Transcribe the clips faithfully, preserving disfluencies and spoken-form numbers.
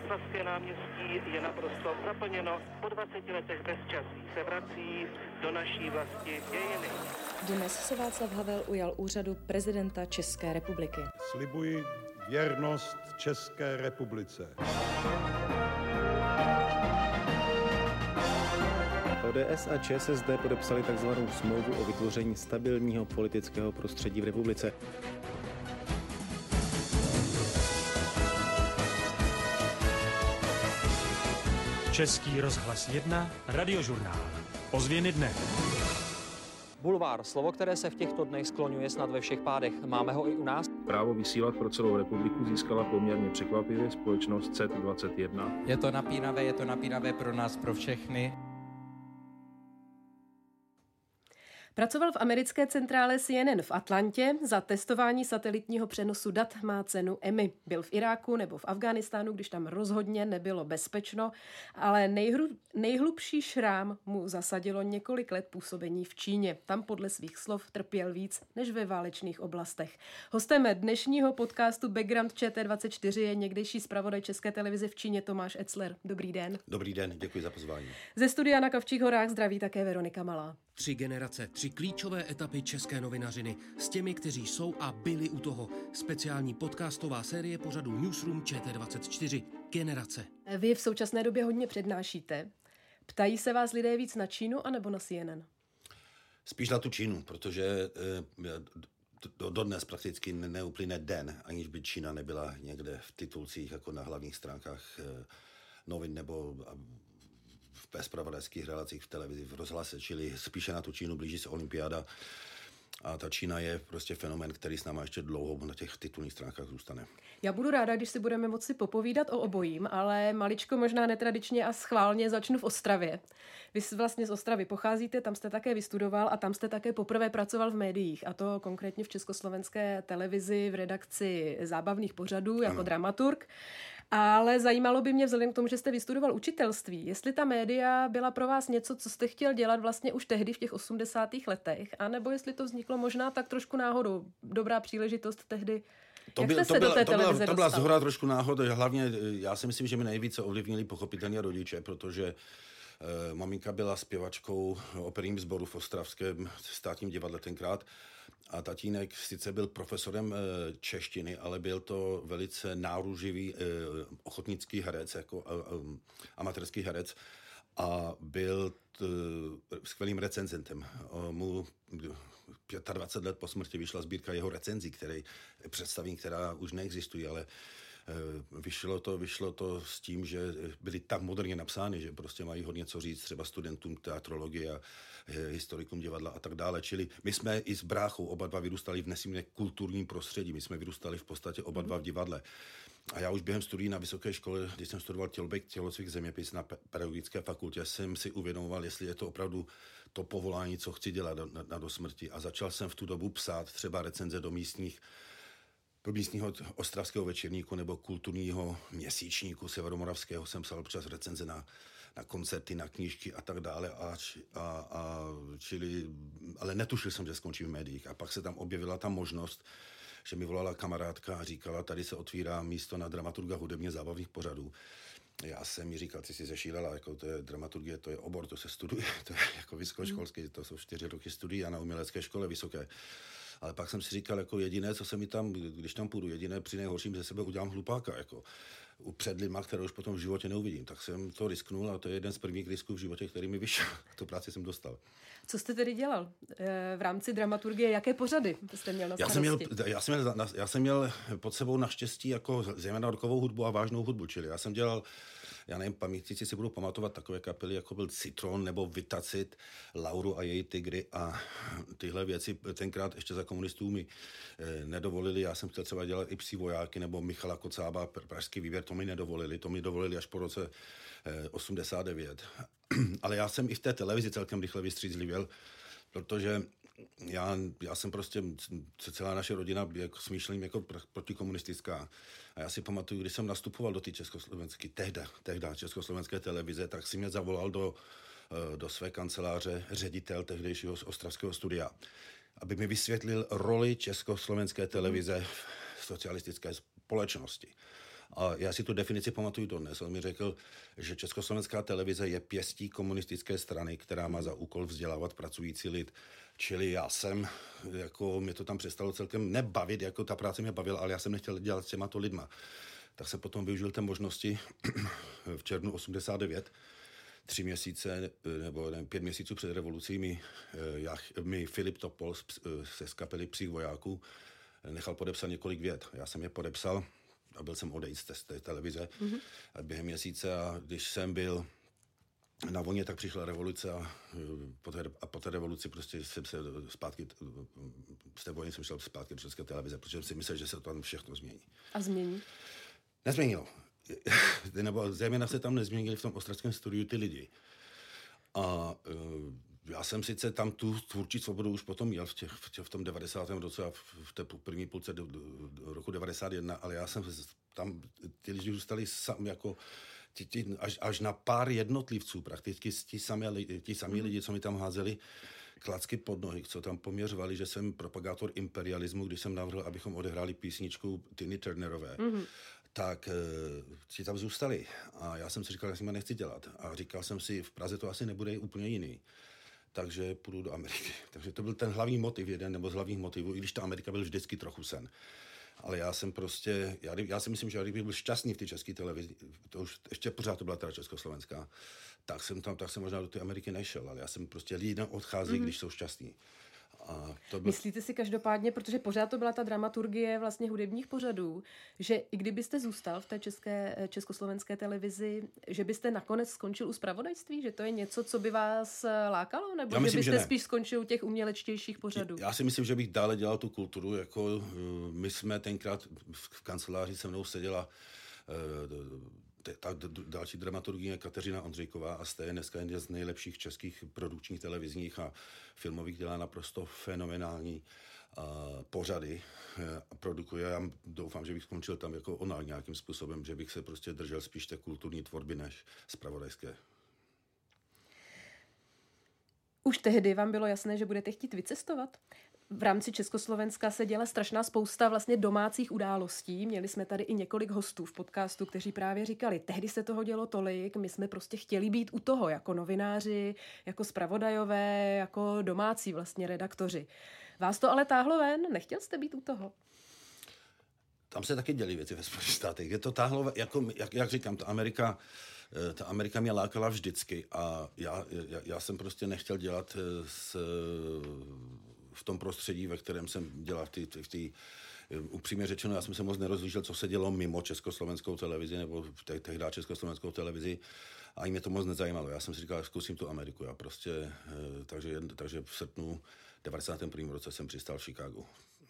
Ostravské náměstí je naprosto zaplněno. Po dvaceti letech bezčasí se vrací do naší vlasti dějiny. Dnes se Václav Havel ujal úřadu prezidenta České republiky. Slibuji věrnost České republice. O D S a Č S S D podepsali takzvanou smlouvu o vytvoření stabilního politického prostředí v republice. Český rozhlas jedna, Radiožurnál. Ozvěny dne. Bulvár, slovo, které se v těchto dnech skloňuje snad ve všech pádech. Máme ho i u nás. Právo vysílat pro celou republiku získala poměrně překvapivě společnost C E T dvacet jedna. Je to napínavé, je to napínavé pro nás, pro všechny. Pracoval v americké centrále C N N v Atlantě, za testování satelitního přenosu dat má cenu Emmy. Byl v Iráku nebo v Afghánistánu, když tam rozhodně nebylo bezpečno, ale nejhru, nejhlubší šrám mu zasadilo několik let působení v Číně. Tam podle svých slov trpěl víc než ve válečných oblastech. Hostem dnešního podcastu Background Č T dvacet čtyři je někdejší zpravodaj České televize v Číně Tomáš Etzler. Dobrý den. Dobrý den, děkuji za pozvání. Ze studia na Kavčích horách zdraví také Veronika Malá. Tři generace, tři klíčové etapy české novinařiny s těmi, kteří jsou a byli u toho. Speciální podcastová série pořadu Newsroom Č T dvacet čtyři. Generace. Vy v současné době hodně přednášíte. Ptají se vás lidé víc na Čínu anebo na C N N? Spíš na tu Čínu, protože do, dodnes prakticky neuplyne den, aniž by Čína nebyla někde v titulcích jako na hlavních stránkách novin nebo v zpravodajských relacích v televizi, v rozhlase, čili spíše na tu Čínu, blíží se olympiáda a ta Čína je prostě fenomén, který s náma ještě dlouho na těch titulních stránkách zůstane. Já budu ráda, když si budeme moci popovídat o obojím, ale maličko možná netradičně a schválně začnu v Ostravě. Vy vlastně z Ostravy pocházíte, tam jste také vystudoval a tam jste také poprvé pracoval v médiích, a to konkrétně v Československé televizi v redakci zábavných pořadů jako ano. dramaturg. Ale zajímalo by mě vzhledem k tomu, že jste vystudoval učitelství, jestli ta média byla pro vás něco, co jste chtěl dělat vlastně už tehdy v těch osmdesátých letech, anebo jestli to vzniklo možná tak trošku náhodou. Dobrá příležitost tehdy. To, Jak byl, jste to, se byla, do té to, byla, to byla zhora trošku náhoda. Hlavně já si myslím, že mi nejvíce ovlivnili pochopitelně rodiče, protože eh, maminka byla zpěvačkou operním sboru v Ostravském státním divadle tenkrát a tatínek sice byl profesorem eh, češtiny, ale byl to velice náruživý eh, ochotnický herec, jako eh, amatérský herec. A byl t, skvělým recenzentem. Mu dvacet pět let po smrti vyšla sbírka jeho recenzí, které představím, která už neexistují, ale vyšlo to, vyšlo to s tím, že byly tak moderně napsány, že prostě mají hodně co říct třeba studentům teatrologie a historikům divadla a tak dále. Čili my jsme i s bráchou oba dva vyrůstali v nesmírně kulturním prostředí. My jsme vyrůstali v podstatě oba dva v divadle. A já už během studií na vysoké škole, když jsem studoval těloběh tělocvik zeměpis na pedagogické fakultě, jsem si uvědomoval, jestli je to opravdu to povolání, co chci dělat do, na, na do smrti. A začal jsem v tu dobu psát třeba recenze do místních do místního ostravského večerníku nebo kulturního měsíčníku severomoravského jsem psal občas recenze na, na koncerty, na knížky a tak dále. A, a, a, čili, ale netušil jsem, že skončím v médiích. A pak se tam objevila ta možnost, že mi volala kamarádka a říkala, tady se otvírá místo na dramaturga hudebně zábavných pořadů. Já jsem mi říkal, ty jsi zešílela, jako to je dramaturgie, to je obor, to se studuje, to je jako vysokoškolský, to jsou čtyři roky studií a na umělecké škole vysoké. Ale pak jsem si říkal, jako jediné, co se mi tam, když tam půjdu, jediné při nejhorším ze sebe udělám hlupáka, jako před lidma, které už potom v životě neuvidím. Tak jsem to risknul a to je jeden z prvních risků v životě, který mi vyšel. Tu práci jsem dostal. Co jste tedy dělal v rámci dramaturgie? Jaké pořady jste měl na starosti? Já jsem měl, já jsem měl, já jsem měl pod sebou naštěstí jako zejména rokovou hudbu a vážnou hudbu, čili já jsem dělal, já nevím, pamětníci si budou pamatovat takové kapely, jako byl Citron nebo Vitacit, Lauru a její Tygry a tyhle věci tenkrát ještě za komunistů mi eh, nedovolili. Já jsem chtěl třeba dělat i Psí vojáky nebo Michala Kocába, Pražský výběr, to mi nedovolili. To mi dovolili až po roce eh, osmdesát devět. Ale já jsem i v té televizi celkem rychle vystřízlivěl, protože já, já jsem prostě, celá naše rodina jako smýšlím jako protikomunistická. A já si pamatuju, když jsem nastupoval do té československé, tehda, tehda československé televize, tak si mě zavolal do, do své kanceláře ředitel tehdejšího ostravského studia, aby mi vysvětlil roli československé televize v socialistické společnosti. A já si tu definici pamatuju dodnes. On mi řekl, že Československá televize je pěstí komunistické strany, která má za úkol vzdělávat pracující lid. Čili já jsem, jako mě to tam přestalo celkem nebavit, jako ta práce mě bavila, ale já jsem nechtěl dělat s těma to lidma. Tak jsem potom využil té možnosti v červnu osmdesát devět, tři měsíce, nebo ne, pět měsíců před revolucí mi, já, mi Filip Topol ze z kapely Psích vojáků nechal podepsat několik vět. Já jsem je podepsal a byl jsem odejít z té televize mm-hmm. a během měsíce a když jsem byl na vojně, tak přišla revoluce a po té, a po té revoluci prostě jsem se zpátky, z té vojny jsem šel zpátky do České televize, protože jsem si myslel, že se to tam všechno změní. A změní? Nezměnilo. Nebo zejména se tam nezměnili v tom ostravském studiu ty lidi. A uh, já jsem sice tam tu tvůrčí svobodu už potom měl v, těch, v, těch, v tom devadesátém roce a v té první půlce do, do, do roku devadesát jedna, ale já jsem tam, ty lidi zůstali sam jako Ti, ti, až, až na pár jednotlivců, prakticky ti sami, ti sami lidi, co mi tam házeli klacky pod nohy, co tam poměřovali, že jsem propagátor imperialismu, když jsem navrhl, abychom odehráli písničku Tiny Turnerové, mm-hmm. tak e, ti tam zůstali. A já jsem si říkal, že s nimi nechci dělat. A říkal jsem si, v Praze to asi nebude úplně jiný. Takže půjdu do Ameriky. Takže to byl ten hlavní motiv, jeden nebo z hlavních motivů, i když ta Amerika byl vždycky trochu sen. Ale já jsem prostě, já, já si myslím, že kdybych byl šťastný v té české televizi, to už ještě pořád to byla teda československá, tak jsem tam, tak jsem možná do té Ameriky nešel, ale já jsem prostě lidi odchází, mm-hmm. když jsou šťastní. A to byl... Myslíte si každopádně, protože pořád to byla ta dramaturgie vlastně hudebních pořadů, že i kdybyste zůstal v té české, československé televizi, že byste nakonec skončil u zpravodajství, že to je něco, co by vás lákalo, nebo myslím, že byste že spíš skončil u těch umělečtějších pořadů? Já si myslím, že bych dále dělal tu kulturu, jako my jsme tenkrát v kanceláři se mnou seděla ta další dramaturgie Kateřina Ondřejková a jste je dneska jedna z nejlepších českých produkčních televizních a filmových, dělá naprosto fenomenální uh, pořady a produkuje. Já doufám, že bych skončil tam jako ona nějakým způsobem, že bych se prostě držel spíš té kulturní tvorby než zpravodajské. Už tehdy vám bylo jasné, že budete chtít vycestovat? V rámci Československa se děla strašná spousta vlastně domácích událostí. Měli jsme tady i několik hostů v podcastu, kteří právě říkali, tehdy se toho dělo tolik, my jsme prostě chtěli být u toho, jako novináři, jako zpravodajové, jako domácí vlastně redaktoři. Vás to ale táhlo ven? Nechtěl jste být u toho? Tam se taky dělí věci ve Spojených státech. Je to táhlo, jako, jak, jak říkám, ta Amerika, ta Amerika mě lákala vždycky a já, já, já jsem prostě nechtěl dělat s... v tom prostředí, ve kterém jsem dělal v té, v té, upřímně řečeno, já jsem se moc nerozlížel, co se dělo mimo československou televizi nebo v te, tehdy československou televizi a i mě to moc nezajímalo. Já jsem si říkal, zkusím tu Ameriku. Já prostě, takže, takže v srpnu devadesátém prvním roce jsem přistál v Chicagu.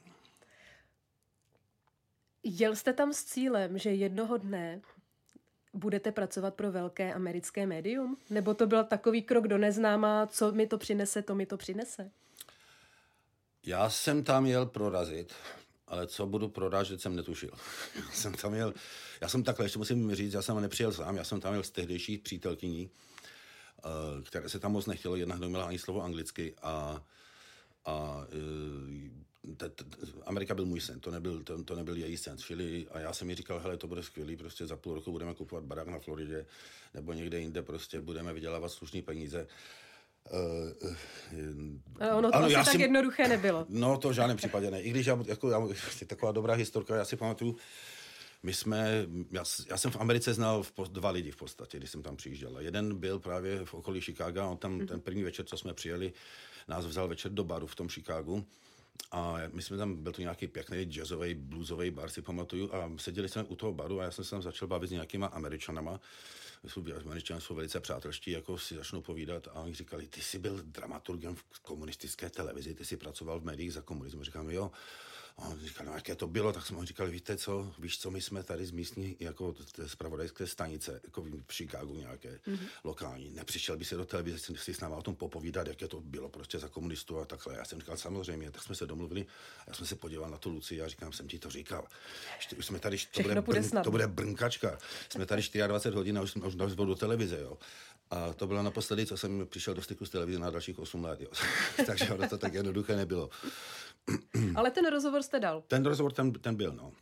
Jel jste tam s cílem, že jednoho dne budete pracovat pro velké americké médium? Nebo to byl takový krok do neznáma, co mi to přinese, to mi to přinese? Já jsem tam jel prorazit, ale co budu prorážet, jsem netušil. Já jsem tam jel, já jsem takhle, ještě musím říct, já jsem nepřijel sám, já jsem tam jel s tehdejší přítelkyní, které se tam moc nechtělo, jedna neměla ani slovo anglicky a, a t, t, Amerika byl můj sen, to nebyl, to, to nebyl její sen. Čili, a já jsem jí říkal, hele, to bude skvělý, prostě za půl roku budeme kupovat barák na Floridě, nebo někde jinde, prostě budeme vydělávat slušný peníze. Uh, Ale ono to ano, asi tak si, jednoduché nebylo. No to v žádném případě ne. I když já, jako, já, taková dobrá historka, já si pamatuju, my jsme, já, já jsem v Americe znal v, dva lidi v podstatě, když jsem tam přijížděl. Jeden byl právě v okolí Chicaga, on tam mm. ten první večer, co jsme přijeli, nás vzal večer do baru v tom Chicagu. A my jsme tam, byl to nějaký pěkný jazzový, bluesový bar, si pamatuju, a seděli jsme u toho baru a já jsem se tam začal bavit s nějakýma Američanama. Američané jsou velice přátelští, jako si začnou povídat a oni říkali, ty jsi byl dramaturgem v komunistické televizi, ty jsi pracoval v médiích za komunismu. Říkám, jo. A on říkal, no jaké to bylo, tak jsme mu říkali, víte co, víš co, my jsme tady z místní jako zpravodajské stanice, jako v Chicagu nějaké mm-hmm. lokální. Nepřišel by se do televize si s náma o tom popovídat, jaké to bylo prostě za komunistů a takhle. Já jsem říkal, samozřejmě, tak jsme se domluvili. Já jsem se podíval na tu Lucii a říkám, jsem ti to říkal. Už jsme tady, to bude, brn, to bude brnkačka. Jsme tady dvacet čtyři hodin a už jsme už do televize, jo. A to bylo naposledy, co jsem přišel do styku s televizí na dalších osm let, jo. Takže ono to tak jednoduché nebylo. Ale ten rozhovor jste dal. Ten rozhovor ten, ten byl, no.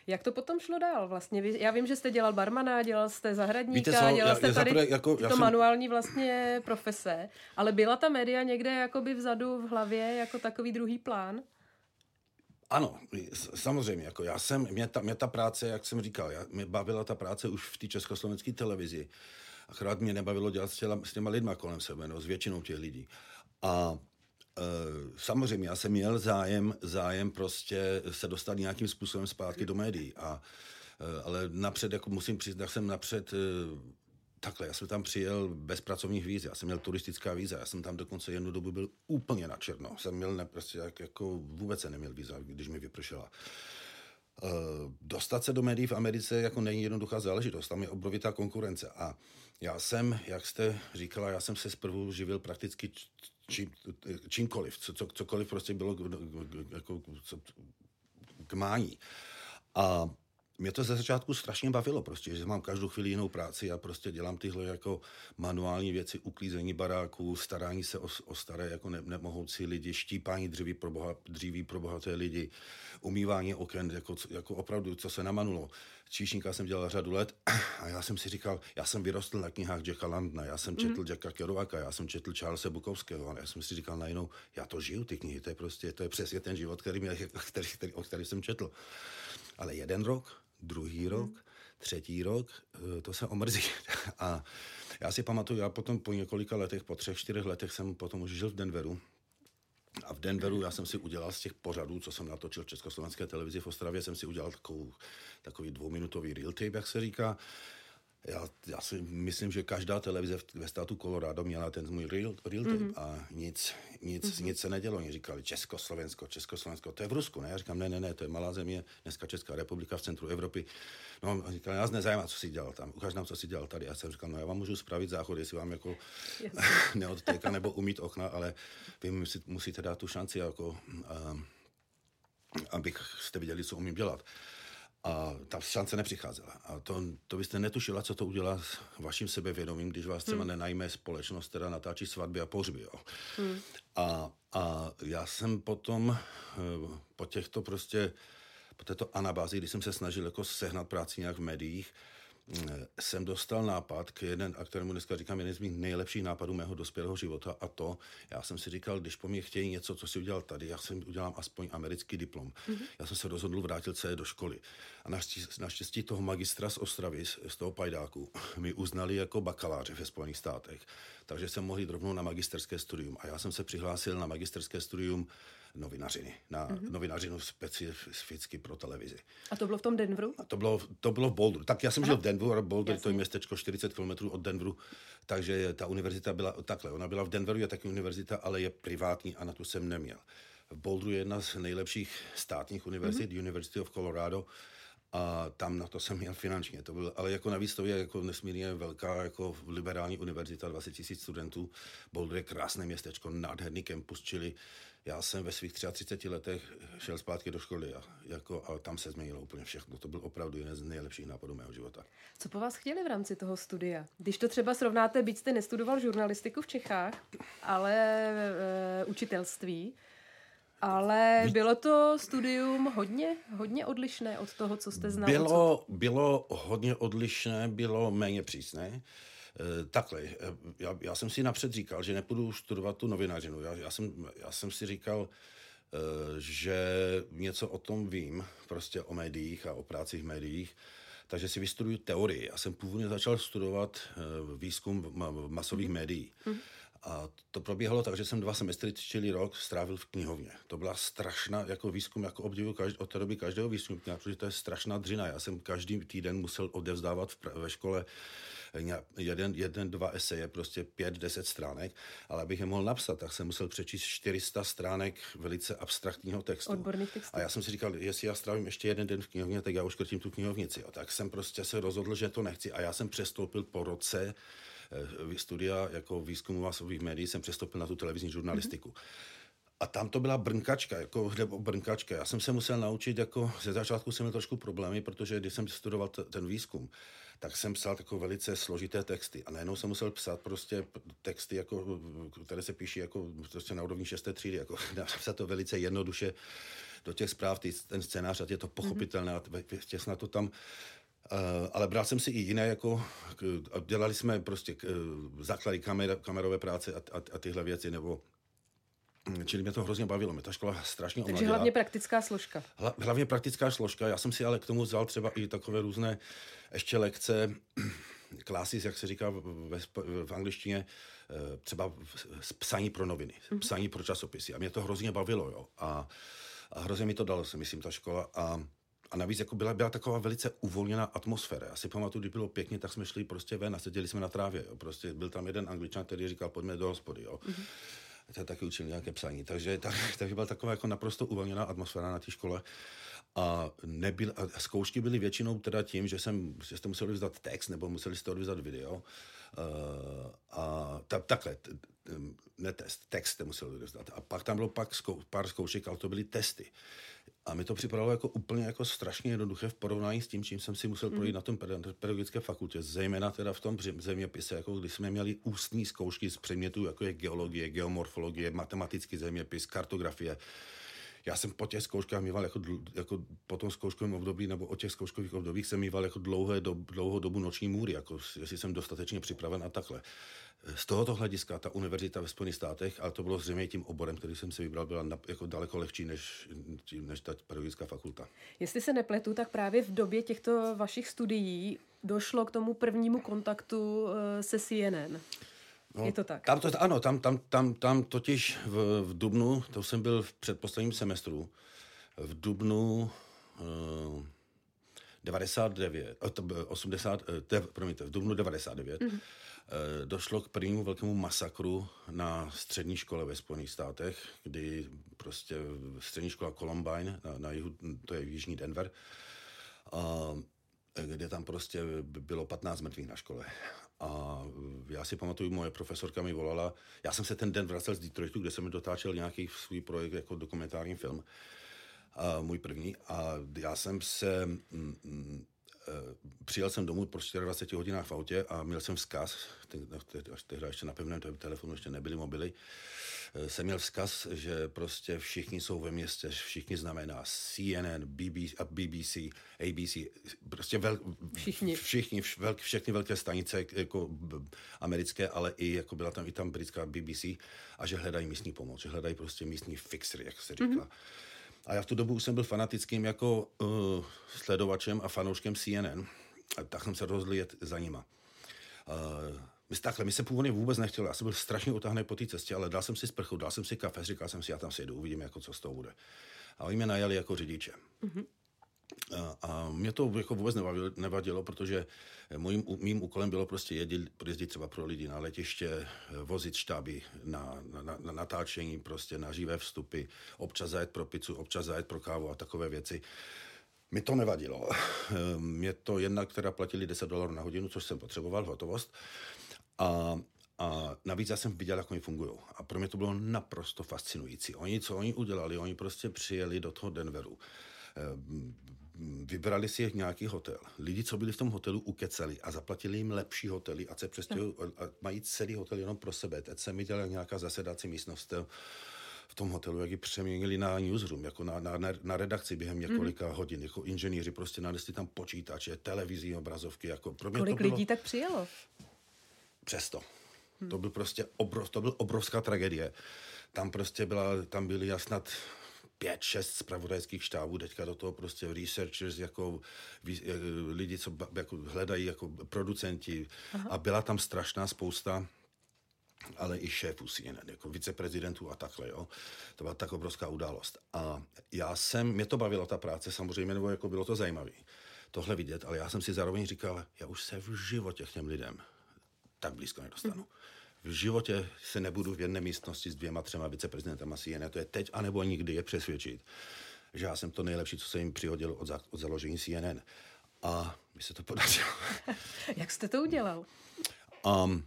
Jak to potom šlo dál vlastně? Vy, já vím, že jste dělal barmana, dělal jste zahradníka, co, dělal já, jste já tady zaprvé, jako, to jsem... manuální vlastně profese, ale byla ta média někde jakoby vzadu v hlavě jako takový druhý plán? Ano, samozřejmě, jako já jsem, mě ta, mě ta práce, jak jsem říkal, já, mě bavila ta práce už v té československé televizi. Akorát mě nebavilo dělat s, těla, s těma lidma kolem sebe, no, s většinou těch lidí. A e, samozřejmě, já jsem měl zájem, zájem prostě se dostat nějakým způsobem zpátky do médií. A, e, ale napřed, jako musím přiznat, jsem napřed... E, Takhle, já jsem tam přijel bez pracovních víz, já jsem měl turistická víza, já jsem tam dokonce jednu dobu byl úplně na černo. Jsem měl ne, prostě jak, jako vůbec se neměl víza, když mi vypršela. Uh, dostat se do médií v Americe jako není jednoduchá záležitost, tam je obrovitá konkurence. A já jsem, jak jste říkala, já jsem se zprvu živil prakticky čím, čímkoliv, co, co, cokoliv prostě bylo jako k mání. A mě to ze začátku strašně bavilo prostě, že mám každou chvíli jinou práci, já prostě dělám tyhle jako manuální věci, uklízení baráků, starání se o, o staré jako ne, nemohoucí lidi, štípání dříví pro, boha, dříví pro bohaté lidi, umývání oken, jako, jako opravdu, co se namanulo. Číšníka jsem dělal řadu let a já jsem si říkal, já jsem vyrostl na knihách Jacka Londona, já jsem četl mm. Jacka Kerouaka, já jsem četl Charlesa Bukowského a já jsem si říkal najednou, já to žiju, ty knihy, to je prostě, to je přesně ten život, který, mě, který, který, o který jsem četl. Ale jeden rok, druhý rok, hmm. třetí rok, to se omrzí. A já si pamatuju, já potom po několika letech, po třech, čtyřech letech jsem potom už žil v Denveru. A v Denveru já jsem si udělal z těch pořadů, co jsem natočil v československé televizi v Ostravě, jsem si udělal takovou, takový dvouminutový real tape, jak se říká. Já, já si myslím, že každá televize ve státu Colorado měla ten můj real, real tape mm-hmm. a nic, nic, mm-hmm. nic se nedělo. Oni říkali Československo, Československo, to je v Rusku, ne? Já říkám, ne, ne, ne, to je malá země, dneska Česká republika v centru Evropy. No, on říkal, nás nezajímá, co si dělal tam, ukáž nám, co si dělal tady. Já jsem říkal, no já vám můžu spravit záchod, jestli vám jako neodtéká nebo umýt okna, ale vy musí, musíte dát tu šanci, jako, um, abyste viděli, co umím dělat. A ta šance nepřicházela. A to, to byste netušila, co to udělá s vaším sebevědomím, když vás třeba hmm. nenajme společnost, která natáčí svatby a pohřby. Jo. Hmm. A, a já jsem potom po těchto prostě, po této anabázi, když jsem se snažil jako sehnat práci nějak v médiích, jsem dostal nápad, k jeden, a kterému dneska říkám, jeden z mých nejlepších nápadů mého dospělého života, a to, já jsem si říkal, když po mně chtějí něco, co si udělal tady, já jsem udělám aspoň americký diplom. Mm-hmm. Já jsem se rozhodl vrátit se do školy. A naštěstí, naštěstí toho magistra z Ostravy, z toho pajdáku, mi uznali jako bakaláře ve Spojených státech. Takže jsem mohl jít rovnou na magisterské studium. A já jsem se přihlásil na magisterské studium novinařiny, na mm-hmm. novinařinu specificky pro televizi. A to bylo v tom Denveru? A to bylo, to bylo v Boulderu. Tak já jsem Aha. žil v Denveru, a Boulder Jasně. to je městečko čtyřicet kilometrů od Denveru, takže ta univerzita byla takhle. Ona byla v Denveru, je taky univerzita, ale je privátní a na tu jsem neměl. V Boulderu je jedna z nejlepších státních univerzit, mm-hmm. University of Colorado, a tam na to jsem měl finančně. To byl, ale jako navíc to je jako nesmírně velká jako liberální univerzita, dvacet tisíc studentů. Boulder je krásné městečko, nádherný campus, čili já jsem ve svých třiatřiceti třech letech šel zpátky do školy a, jako, a tam se změnilo úplně všechno. To byl opravdu jeden z nejlepších nápadů mého života. Co po vás chtěli v rámci toho studia? Když to třeba srovnáte, byť jste nestudoval žurnalistiku v Čechách, ale e, učitelství, ale bylo to studium hodně, hodně odlišné od toho, co jste znal? Bylo, bylo hodně odlišné, bylo méně přísné. E, takhle, já, já jsem si napřed říkal, že nepůjdu studovat tu novinařinu. Já, já, jsem, já jsem si říkal, e, že něco o tom vím, prostě o médiích a o práci v médiích, takže si vystuduju teorii. Já jsem původně začal studovat e, výzkum masových mm. médií. Mm. A to probíhalo tak, že jsem dva semestry, čili rok, strávil v knihovně. To byla strašná, jako výzkum, jako obdivuji každý, od té doby každého výzkumníka, protože to je strašná dřina. Já jsem každý týden musel odevzdávat v, ve škole jeden, jeden, dva eseje, prostě pět, deset stránek, ale abych je mohl napsat, tak jsem musel přečíst čtyři sta stránek velice abstraktního textu. Odborných textů. A já jsem si říkal, jestli já strávím ještě jeden den v knihovně, tak já uškrtím tu knihovnici. A tak jsem prostě se rozhodl, že to nechci. A já jsem přestoupil po roce studia jako výzkumu masových médií, jsem přestoupil na tu televizní žurnalistiku. Mm-hmm. A tam to byla brnkačka, jako brnkačka. Já jsem se musel naučit, jako ze začátku jsem měl trošku problémy, protože když jsem studoval t- ten výzkum, tak jsem psal takové velice složité texty. A najednou jsem musel psát prostě texty, jako, které se píší jako prostě na úrovni šesté třídy. Jako, napsat to velice jednoduše, do těch zpráv ty, ten scénář, a je to pochopitelné, mm-hmm. a těsna to tam. Uh, ale bral jsem si i jiné, jako k, dělali jsme prostě k, základy kamer, kamerové práce a, a, a tyhle věci, nebo čili mě to hrozně bavilo, mě ta škola strašně omladila. Takže hlavně praktická složka. Hla, hlavně praktická složka, já jsem si ale k tomu vzal třeba i takové různé ještě lekce, classes, jak se říká v, v angličtině, třeba psaní pro noviny, mm-hmm. psaní pro časopisy a mě to hrozně bavilo, jo, a, a hrozně mi to dalo, si myslím, ta škola a A navíc jako byla, byla taková velice uvolněná atmosféra. Já si pamatuju, když bylo pěkně, tak jsme šli prostě ven a seděli jsme na trávě. Jo. Prostě byl tam jeden Angličan, který říkal, pojďme do hospody. Jo. Mm-hmm. To taky učil nějaké psaní. Takže, tak, takže byla taková jako naprosto uvolněná atmosféra na té škole. A, nebyl, a zkoušky byly většinou teda tím, že, jsem, že jste museli vyzdat text nebo museli jste odvyzdat video. Uh, a ta, takhle, t, t, ne test, text jste museli vyzdat. A pak tam bylo pak zkou, pár zkoušek, ale to byly testy. A mi to připadalo jako úplně jako strašně jednoduché v porovnání s tím, čím jsem si musel projít mm. na tom pedagogické fakultě. Zejména teda v tom zeměpise, jako když jsme měli ústní zkoušky z předmětů, jako je geologie, geomorfologie, matematický zeměpis, kartografie. Já jsem po těch zkouškách mýval jako, jako po tom zkouškovém období, nebo o těch zkouškových obdobích jsem mýval jako dlouhé do, dlouhou dobu noční můry, jako jestli jsem dostatečně připraven a takhle. Z tohoto hlediska ta univerzita ve Spojených státech, ale to bylo zřejmě tím oborem, který jsem si vybral, byla jako daleko lehčí než, než ta pedagogická fakulta. Jestli se nepletu, tak právě v době těchto vašich studií došlo k tomu prvnímu kontaktu se C N N. No, je to tak? Tam to, ano, tam, tam, tam, tam totiž v, v dubnu, to jsem byl v předposledním semestru, v dubnu uh, devadesát devět, osmdesát, te, promiňte, v dubnu devadesát devět mm-hmm. uh, došlo k prvnímu velkému masakru na střední škole ve Spojených státech, kdy prostě střední škola Columbine, na, na jihu, to je jižní Denver, uh, kde tam prostě bylo patnáct mrtvých na škole. A já si pamatuju, moje profesorka mi volala, já jsem se ten den vracel z Detroitu, kde jsem dotáčel nějaký svůj projekt jako dokumentární film, a můj první, a já jsem se, m, m, přijel jsem domů po dvaceti čtyřech hodinách v autě a měl jsem vzkaz, až tehdy ještě na pevném telefonu ještě nebyly mobily, jsem měl vzkaz, že prostě všichni jsou ve městě, všichni znamená C N N, B B C, B B C, A B C, prostě vel, všichni, všichni vel, všechny velké stanice jako americké, ale i jako byla tam i tam britská B B C a že hledají místní pomoc, že hledají prostě místní fixery, jak se říká. Mm-hmm. A já v tu dobu už jsem byl fanatickým jako uh, sledovačem a fanouškem C N N, a tak jsem se rozhodl jet za nima. Uh, My takhle, mi se původně vůbec nechtělo, já jsem byl strašně utáhnej po té cestě, ale dal jsem si sprchu, dal jsem si kafe, říkal jsem si, já tam sjedu, uvidím, jako, co z toho bude. A oni mě najali jako řidiče. Mm-hmm. A, a mě to jako vůbec nevadilo, nevadilo, protože mojím, mým úkolem bylo prostě jezdit, jezdit třeba pro lidi na letiště, vozit štáby na, na, na, na natáčení, prostě na živé vstupy, občas zajet pro pizzu, občas zajet pro kávu a takové věci. Mi to nevadilo. Mě to jednak teda platili deset dolarů na hodinu, což jsem potřeboval, hotovost. A, a navíc já jsem viděl, jak oni fungují. A pro mě to bylo naprosto fascinující. Oni, co oni udělali, oni prostě přijeli do toho Denveru. Vybrali si nějaký hotel. Lidi, co byli v tom hotelu, ukecali a zaplatili jim lepší hotely a se přestěhují a mají celý hotel jenom pro sebe. Teď jsem viděl nějaká zasedací místnost v tom hotelu, jak ji přeměnili na newsroom, jako na, na, na redakci během několika mm. hodin. Jako inženýři prostě nanesli tam počítače, televizní obrazovky. Jako pro mě Kolik to bylo... lidí tak přijelo? Přesto. Hmm. To byl prostě obrov, to byl obrovská tragédie. Tam prostě byla, tam byly snad pět, šest zpravodajských štábů, teďka do toho prostě researchers, jako lidi, co jako hledají, jako producenti. Aha. A byla tam strašná spousta, ale i šéfů C N N, jako viceprezidentů a takhle, jo. To byla tak obrovská událost. A já jsem, mě to bavilo ta práce samozřejmě, nebo jako bylo to zajímavé tohle vidět, ale já jsem si zároveň říkal, já už se v životě k těm lidem tak blízko nedostanu. V životě se nebudu v jedné místnosti s dvěma, třema viceprezidentama C N N, to je teď anebo nikdy, je přesvědčit, že já jsem to nejlepší, co se jim přihodilo od, za, od založení C N N. A mi se to podařilo. Jak jste to udělal? Um,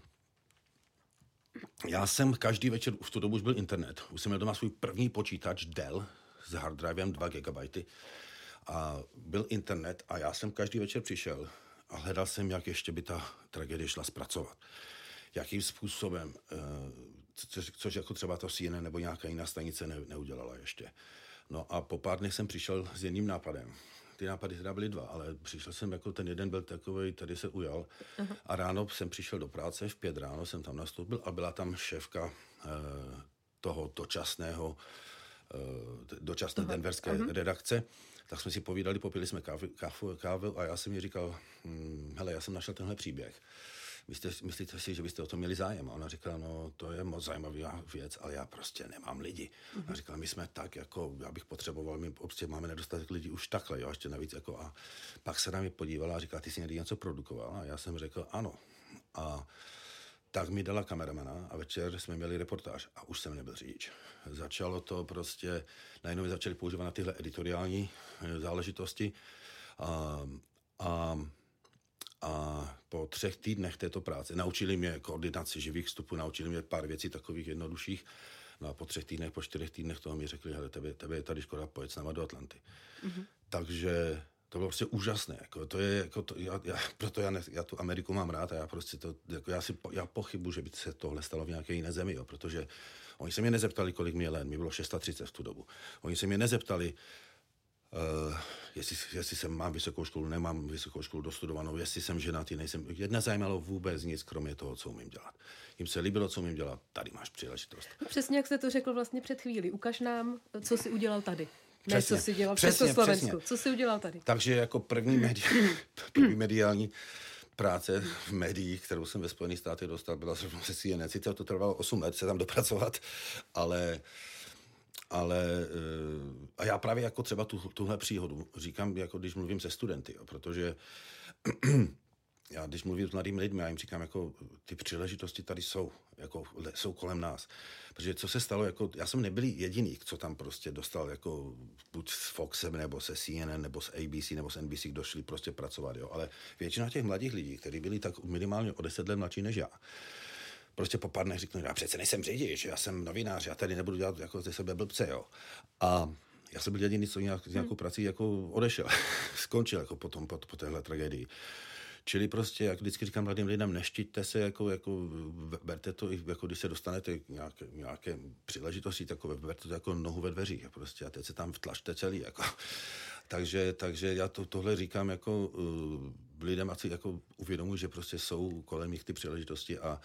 já jsem každý večer, v tu dobu už byl internet, už jsem měl doma svůj první počítač Dell s harddrivem dva gigabajty a byl internet a já jsem každý večer přišel a hledal jsem, jak ještě by ta tragédie šla zpracovat. Jakým způsobem, což, což jako třeba to C N N nebo nějaká jiná stanice ne, neudělala ještě. No a po pár dnech jsem přišel s jedním nápadem. Ty nápady teda byly dva, ale přišel jsem, jako ten jeden byl takový, tady se ujal. Uh-huh. A ráno jsem přišel do práce, v pět ráno jsem tam nastoupil a byla tam šéfka eh, toho dočasného, eh, dočasné uh-huh. denverské uh-huh. redakce. Tak jsme si povídali, popili jsme kávu, kávu, kávu a já jsem jí říkal, hm, hele, já jsem našel tenhle příběh. Myslíte, myslíte si, že byste o to měli zájem? A ona říkala, no to je moc zajímavá věc, ale já prostě nemám lidi. Mm-hmm. A říkala, my jsme tak, jako já bych potřeboval, my prostě máme nedostatek lidí už takhle, jo, ještě navíc. Jako, a pak se na mě podívala a říkala, ty jsi někdy něco produkoval? A já jsem řekl, ano. A tak mi dala kameramana a večer jsme měli reportáž a už jsem nebyl řidič. Začalo to prostě, najednou začali používat na tyhle editoriální záležitosti a, a A po třech týdnech této práce naučili mě koordinaci živých vstupů, naučili mě pár věcí takových jednodušších. No a po třech týdnech, po čtyřech týdnech toho mi řekli, hele, tebe, tebe je tady škoda, pojď s náma do Atlanty. Mm-hmm. Takže to bylo prostě úžasné. Jako, to je, jako to, já, já, proto já, ne, já tu Ameriku mám rád a já prostě to, jako já, si, já pochybuji, že by se tohle stalo v nějaké jiné zemi, jo, protože oni se mě nezeptali, kolik mě let, mi bylo třicet šest v tu dobu. Oni se mě nezeptali, Uh, jestli, jestli jsem mám vysokou školu, nemám vysokou školu dostudovanou, jestli jsem ženatý, nejsem. Je nezajímalo vůbec nic, kromě toho, co umím dělat. Jim se líbilo, co umím dělat, tady máš příležitost. Přesně jak jste to řekl vlastně před chvílí. Ukaž nám, co jsi udělal tady. Ne, přesně, co jsi dělal přesně, přes Slovensku. Přesně. Co jsi udělal tady? Takže jako první, medi- první mediální práce v médiích, kterou jsem ve Spojených státech dostal, byla zrovna se C N N. Sice to trvalo osm let se tam dopracovat, ale Ale a já právě jako třeba tu, tuhle příhodu říkám, jako když mluvím se studenty, jo, protože já když mluvím s mladými lidmi, já jim říkám, jako ty příležitosti tady jsou, jako jsou kolem nás. Protože co se stalo, jako já jsem nebyl jediný, co tam prostě dostal, jako buď s Foxem, nebo se C N N, nebo s A B C, nebo s N B C, kdo šli prostě pracovat, jo. Ale většina těch mladých lidí, kteří byli tak minimálně o deset let mladší než já, prostě po pár dnech řeknu, já přece nejsem řidič, já jsem novinář, já tady nebudu dělat jako ze sebe blbce, jo. A já jsem byl jediný, co nějak, nějakou hmm. prací jako odešel, skončil jako potom po, po téhle tragédii. Čili prostě, jak vždycky říkám mladým lidem, neštiťte se, jako, jako berte to, jako když se dostanete k nějaké, nějaké příležitosti, takové, berte to jako nohu ve dveřích, prostě, a teď se tam vtlačte celý, jako. Takže, takže já to, tohle říkám jako uh, lidem, ať si jako uvědomují, že prostě jsou kolem nich ty příležitosti a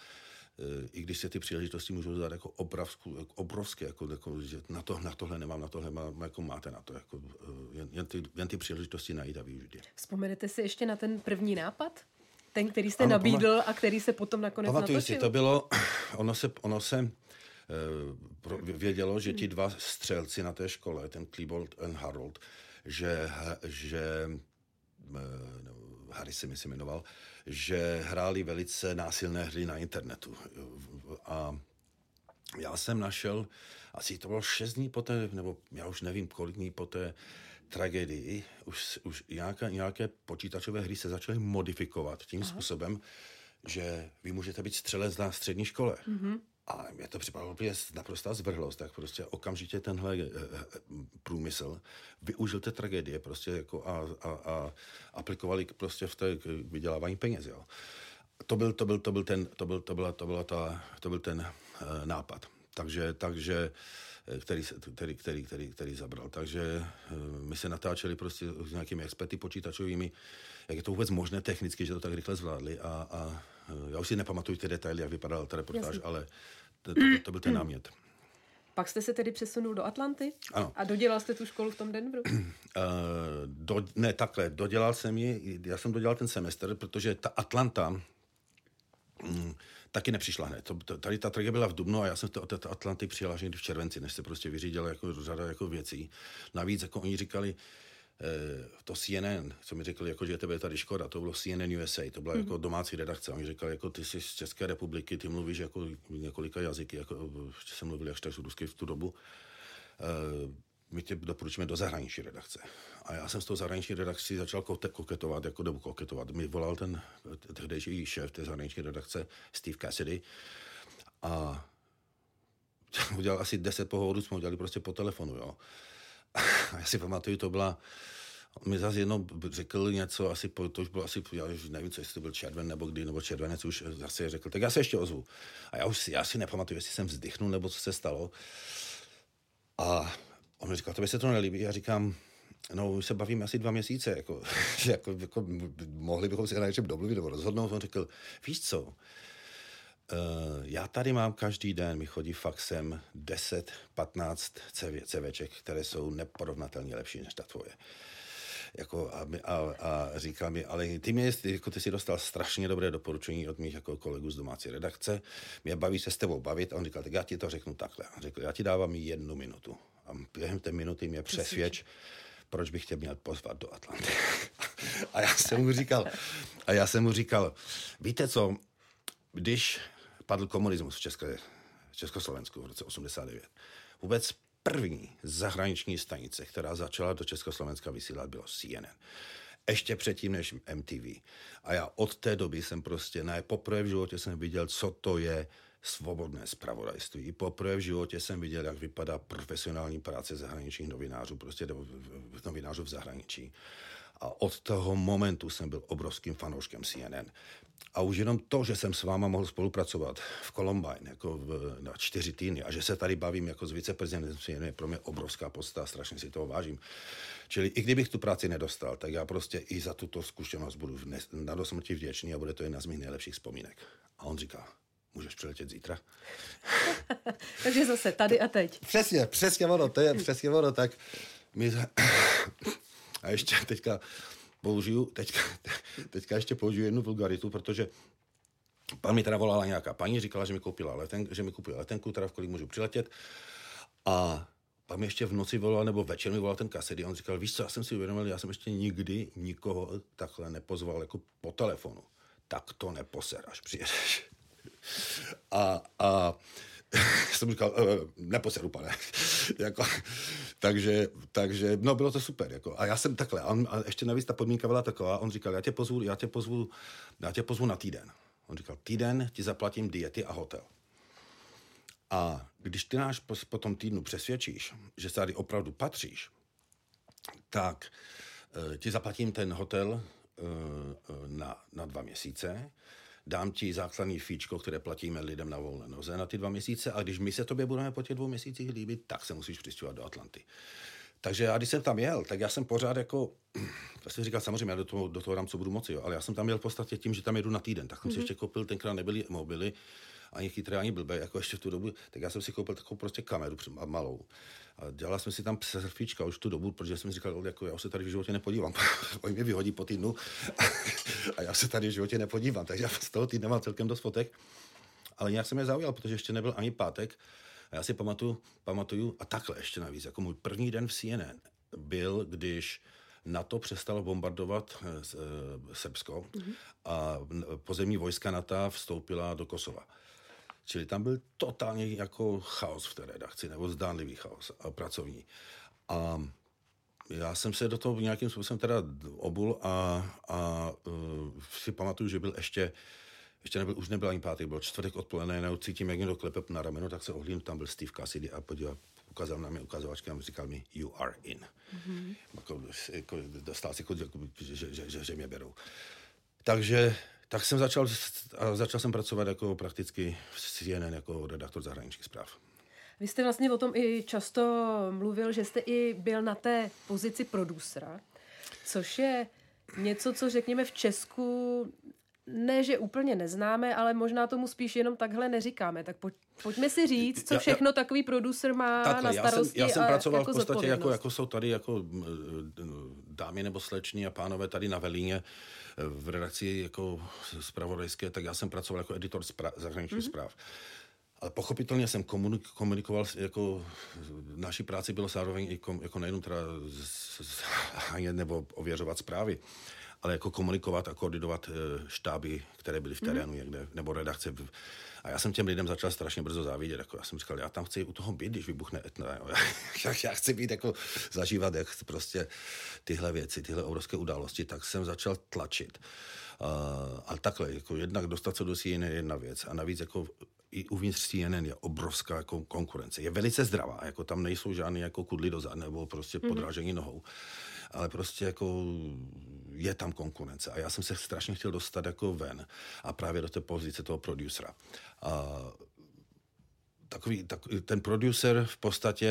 i když se ty příležitosti můžou zdát jako obrovskou, obrovské, jako, jako, že na, to, na tohle nemám, na tohle mám, jako máte na to, jako, jen, jen, ty, jen ty příležitosti najít a využít je. Vzpomenete si ještě na ten první nápad? Ten, který jste ano, nabídl pama- a který se potom nakonec pamatuju natočil? Si, to bylo, ono se, ono se uh, pro, vědělo, že ti dva střelci na té škole, ten Klebold a Harold, že, že uh, Harry se mi se jmenoval, že hráli velice násilné hry na internetu. A já jsem našel, asi to bylo šest dní poté, nebo já už nevím, kolik dní po té tragédii, už, už nějaké, nějaké počítačové hry se začaly modifikovat tím Aha. způsobem, že vy můžete být střelec na střední škole. Mm-hmm. A mě to připadalo úplně naprostá zvrhlost, tak prostě okamžitě tenhle e, e, průmysl využil té tragédie prostě jako a, a, a aplikovali prostě v té vydělávání peněz, jo. To byl, to byl, to byl ten, to byl, to byla, to byla ta, to byl ten e, nápad. Takže, takže který, který, který, který, který zabral. Takže e, my se natáčeli prostě s nějakými experty počítačovými, jak je to vůbec možné technicky, že to tak rychle zvládli a, a já už si nepamatuju ty detaily, jak vypadala ta reportáž, Jasně. ale to, to, to byl ten námět. Pak jste se tedy přesunul do Atlanty? Ano. A dodělal jste tu školu v tom Denveru? Uh, do, ne, takhle. Dodělal jsem ji, já jsem dodělal ten semestr, protože ta Atlanta mm, taky nepřišla hned. To, to, tady ta tragédie byla v dubnu a já jsem to, to, to Atlanty přijel až někdy v červenci, než se prostě vyřídila jako řada jako věcí. Navíc, jako oni říkali, to C N N, co mi řekli, jako, že tebe je tady škoda, to bylo C N N U S A, to byla mm-hmm. jako domácí redakce. Oni říkali, jako ty jsi z České republiky, ty mluvíš jako několika jazyky, jako jsem mluvil jak tak rusky v tu dobu. Uh, my tě doporučíme do zahraniční redakce. A já jsem z toho zahraniční redakci začal koketovat, jako dobu koketovat. Mi volal ten tehdejší šéf té zahraniční redakce, Steve Cassidy, a udělal asi deset pohovorů, jsme udělali prostě po telefonu, jo. A já si pamatuju, to byla, on mi zase jednou řekl něco, asi, to už bylo asi, já už nevím, co, jestli to byl červen nebo kdy, nebo červenec už zase řekl, tak já se ještě ozvu. A já už si, já si nepamatuju, jestli jsem vzdychnul, nebo co se stalo. A On mi říkal, tobě se to nelíbí? Já říkám, no, už se bavíme asi dva měsíce, jako, jako, jako mohli bychom si na něčem domluvit nebo rozhodnout. On řekl, víš co, uh, já tady mám každý den, mi chodí faxem deset patnáct CVček, které jsou neporovnatelně lepší než ta tvoje. Jako a, a, a říkal mi, ale ty, mě, jako ty si dostal strašně dobré doporučení od mých jako kolegů z domácí redakce, mě baví se s tebou bavit a on říkal, tak já ti to řeknu takhle. On řekl, já ti dávám jednu minutu a během té minuty mě přesvědč, proč bych tě měl pozvat do Atlanty. A já jsem mu říkal, a já jsem mu říkal, víte co, když padl komunismus v České, v Československu v roce osmdesát devět, vůbec první zahraniční stanice, která začala do Československa vysílat, bylo C N N. Ještě předtím než M T V. A já od té doby jsem prostě, ne, poprvé v životě jsem viděl, co to je svobodné zpravodajství. I poprvé v životě jsem viděl, jak vypadá profesionální práce zahraničních novinářů, prostě novinářů v zahraničí. A od toho momentu jsem byl obrovským fanouškem C N N. A už jenom to, že jsem s váma mohl spolupracovat v Columbine jako v, na čtyři týdny a že se tady bavím jako s viceprezidentem C N N, je pro mě obrovská podstata, strašně si toho vážím. Čili i kdybych tu práci nedostal, tak já prostě i za tuto zkušenost budu na dosmrti vděčný a bude to jedna z mých nejlepších vzpomínek. A on říká, můžeš přiletět zítra? Takže zase tady a teď. Přesně, přesně ono, to je přesně ono, tak my... A ještě teďka použiju, teďka, teďka ještě použiju jednu vulgaritu, protože pan mi teda volala nějaká paní, říkala, že mi koupila leten, že mi koupila letenku, teda v kolik můžu přiletět. A pak mi ještě v noci volal, nebo večer mi volal ten Kasedy a on říkal, víš co, já jsem si uvědomil, já jsem ještě nikdy nikoho takhle nepozval jako po telefonu. Tak to neposer, až přijedeš. A, a jsem říkal, e, neposeru, pane. jako, takže, takže, no bylo to super. Jako. A já jsem takhle, a, a ještě navíc ta podmínka byla taková, on říkal, já tě pozvu, já tě pozvu, já tě pozvu na týden. On říkal, týden ti zaplatím diety a hotel. A když ty náš po, po tom týdnu přesvědčíš, že tady opravdu patříš, tak e, ti zaplatím ten hotel e, na, na dva měsíce, dám ti základní fíčko, které platíme lidem na volné noze na ty dva měsíce a když my se tobě budeme po těch dvou měsících líbit, tak se musíš přistěhovat do Atlanty. Takže já, když jsem tam jel, tak já jsem pořád jako, já jsem říkal, samozřejmě, já do toho, do toho dám, co budu moci, jo, ale já jsem tam jel v podstatě tím, že tam jedu na týden, tak jsem mm-hmm. si ještě koupil, tenkrát nebyly mobily, ani chytré, ani blbé, jako ještě v tu dobu, tak já jsem si koupil takovou prostě kameru malou. A dělal jsem si tam selfiečka už tu dobu, protože jsem si říkal, jako já se tady v životě nepodívám. Oni mě vyhodí po týdnu a já se tady v životě nepodívám. Takže já z toho týdne mám celkem dost fotek. Ale nějak jsem je zaujal, protože ještě nebyl ani pátek. A já si pamatuju, pamatuju a takhle ještě navíc, jako můj první den v C N N byl, když NATO přestalo bombardovat Srbsko mm-hmm. a pozemní vojska NATO vstoupila do Kosova. Čili tam byl totálně jako chaos v té redakci, nebo zdánlivý chaos a pracovní. A já jsem se do toho nějakým způsobem teda obul a, a uh, si pamatuju, že byl ještě, ještě nebyl, už nebyl ani pátek, byl čtvrtek odpoledne, jenom cítím, jak někdo klepe na rameno, tak se ohlídnu, tam byl Steve Cassidy a podíval, ukázal na mě ukazovačky a říkal mi, you are in. Mm-hmm. Jako, jako, dostal si, jako, že, že, že, že mě berou. Takže tak jsem začal, a začal jsem pracovat jako prakticky v C N N jako redaktor zahraničních zpráv. Vy jste vlastně o tom i často mluvil, že jste i byl na té pozici producera, což je něco, co řekněme v Česku ne, že úplně neznáme, ale možná tomu spíš jenom takhle neříkáme. Tak pojď, pojďme si říct, co všechno já, já, takový producer má takhle, na starosti. Já jsem, já jsem pracoval jako v podstatě, jako, jako jsou tady jako dámy nebo sleční a pánové tady na Velíně v redakci jako zpravodajské, tak já jsem pracoval jako editor zpráv, zahraničních mm-hmm. zpráv. Ale pochopitelně jsem komunik, komunikoval, jako naší práci bylo zároveň i kom, jako nejenom teda z, z, nebo ověřovat zprávy, ale jako komunikovat a koordinovat štáby, které byly v terénu mm. někde, nebo redakce. A já jsem těm lidem začal strašně brzo závidět. Jako já jsem říkal, já tam chci u toho být, když vybuchne Etna. Já, já chci být jako zažívat jak prostě tyhle věci, tyhle obrovské události, tak jsem začal tlačit. Uh, ale takhle, jako jednak dostat se do C N N je jedna věc. A navíc jako i uvnitř C N N je obrovská jako konkurence. Je velice zdravá, jako tam nejsou žádné jako kudly dozad nebo prostě mm-hmm. podrážení nohou. Ale prostě jako je tam konkurence. A já jsem se strašně chtěl dostat jako ven a právě do té pozice toho producera. A takový, tak, ten producer v podstatě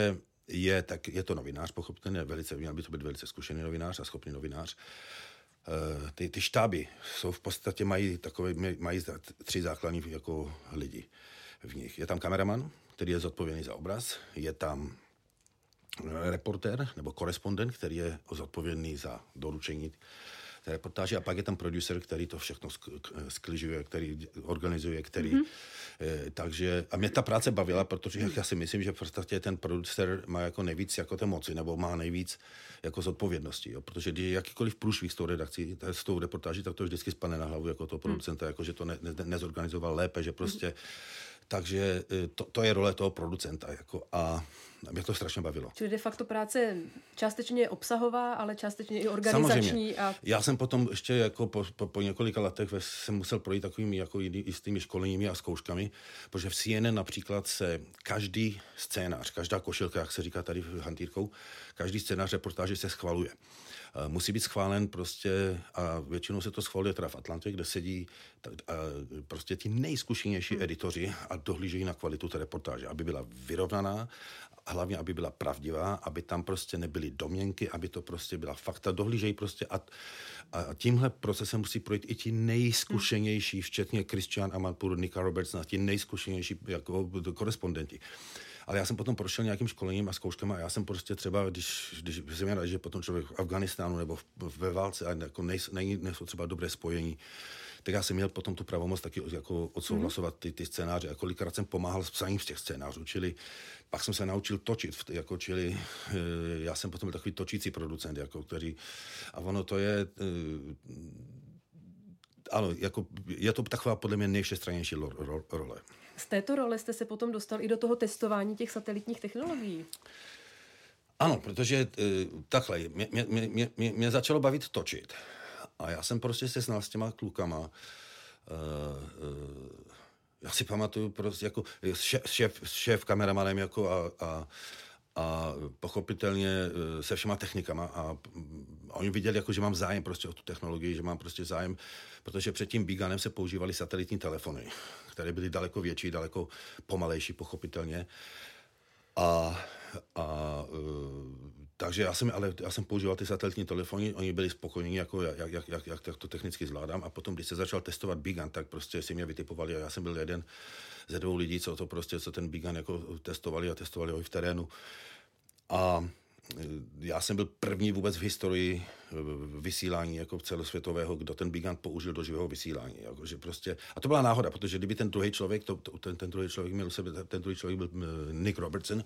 je, tak je to novinář, pochopitelně, velice, měl by to být velice zkušený novinář a schopný novinář. Ty, ty štáby jsou v podstatě, mají takové, mají tři základní jako lidi v nich. Je tam kameraman, který je zodpovědný za obraz, je tam reportér nebo korespondent, který je zodpovědný za doručení té reportáže a pak je tam producer, který to všechno skližuje, který organizuje, který... Mm-hmm. Eh, takže... A mě ta práce bavila, protože já si myslím, že v podstatě ten producer má jako nejvíc jako té moci, nebo má nejvíc jako zodpovědnosti, jo? Protože když je jakýkoliv průšvih s tou redakcí, s tou reportáží, tak to vždycky spadne na hlavu jako toho producenta, mm. jako že to ne, ne, nezorganizoval lépe, že prostě... Mm. Takže to, to je role toho producenta. Jako, a mě to strašně bavilo. Čili de facto práce částečně obsahová, ale částečně i organizační. Samozřejmě. A... Já jsem potom ještě jako po, po, po několika letech jsem musel projít takovými jako jistými školeními a zkouškami, protože v C N N například se každý scénář, každá košilka, jak se říká tady hantýrkou, každý scénář reportáže se schvaluje. Musí být schválen prostě a většinou se to schvaluje teda v Atlantě, kde sedí a prostě ti nejzkušenější hmm. editoři a dohlížejí na kvalitu té reportáže, aby byla vyrovnaná, a hlavně, aby byla pravdivá, aby tam prostě nebyly domněnky, aby to prostě byla fakta, dohlížejí prostě a, a tímhle procesem musí projít i ti nejzkušenější, včetně Christian Amanpour, Nicka Robertsona, ti nejzkušenější jako korespondenti. Ale já jsem potom prošel nějakým školením a zkouškama a já jsem prostě třeba, když, když jsem měl, že potom člověk v Afganistánu nebo v, ve válce a jako nejsou, nejsou třeba dobré spojení, tak já jsem měl potom tu pravomoc taky jako odsouhlasovat ty, ty scénáře a kolikrát jsem pomáhal s psaním z těch scénářů, čili pak jsem se naučil točit, jako, čili já jsem potom byl takový točící producent, jako, který, a ono to je, ano, jako, je to taková podle mě nejvšestrannější role. Z této role jste se potom dostal i do toho testování těch satelitních technologií. Ano, protože takhle, mě, mě, mě, mě, mě začalo bavit točit. A já jsem prostě se znal s těma klukama. Uh, uh, já si pamatuju prostě jako šéf, šéf, šéf kameramanem jako a, a, a pochopitelně se všema technikama a, a oni viděli, jako, že mám zájem prostě o tu technologii, že mám prostě zájem, protože před tím Biganem se používaly satelitní telefony, které byly daleko větší, daleko pomalejší, pochopitelně. A, a uh, takže já jsem, ale já jsem používal ty satelitní telefony, oni byli spokojení, jako jak, jak, jak, jak, jak to technicky zvládám a potom, když se začal testovat Bigan, tak prostě si mě vytipovali a já jsem byl jeden ze dvou lidí, co to prostě, co ten Bigan jako testovali a testovali ho i v terénu. A já jsem byl první vůbec v historii vysílání jako celosvětového, kdo ten Bigan použil do živého vysílání. Jako, že prostě, a to byla náhoda, protože kdyby ten druhý člověk, to, to, ten, ten druhý člověk měl u sebe, ten druhý člověk byl Nick Robertson,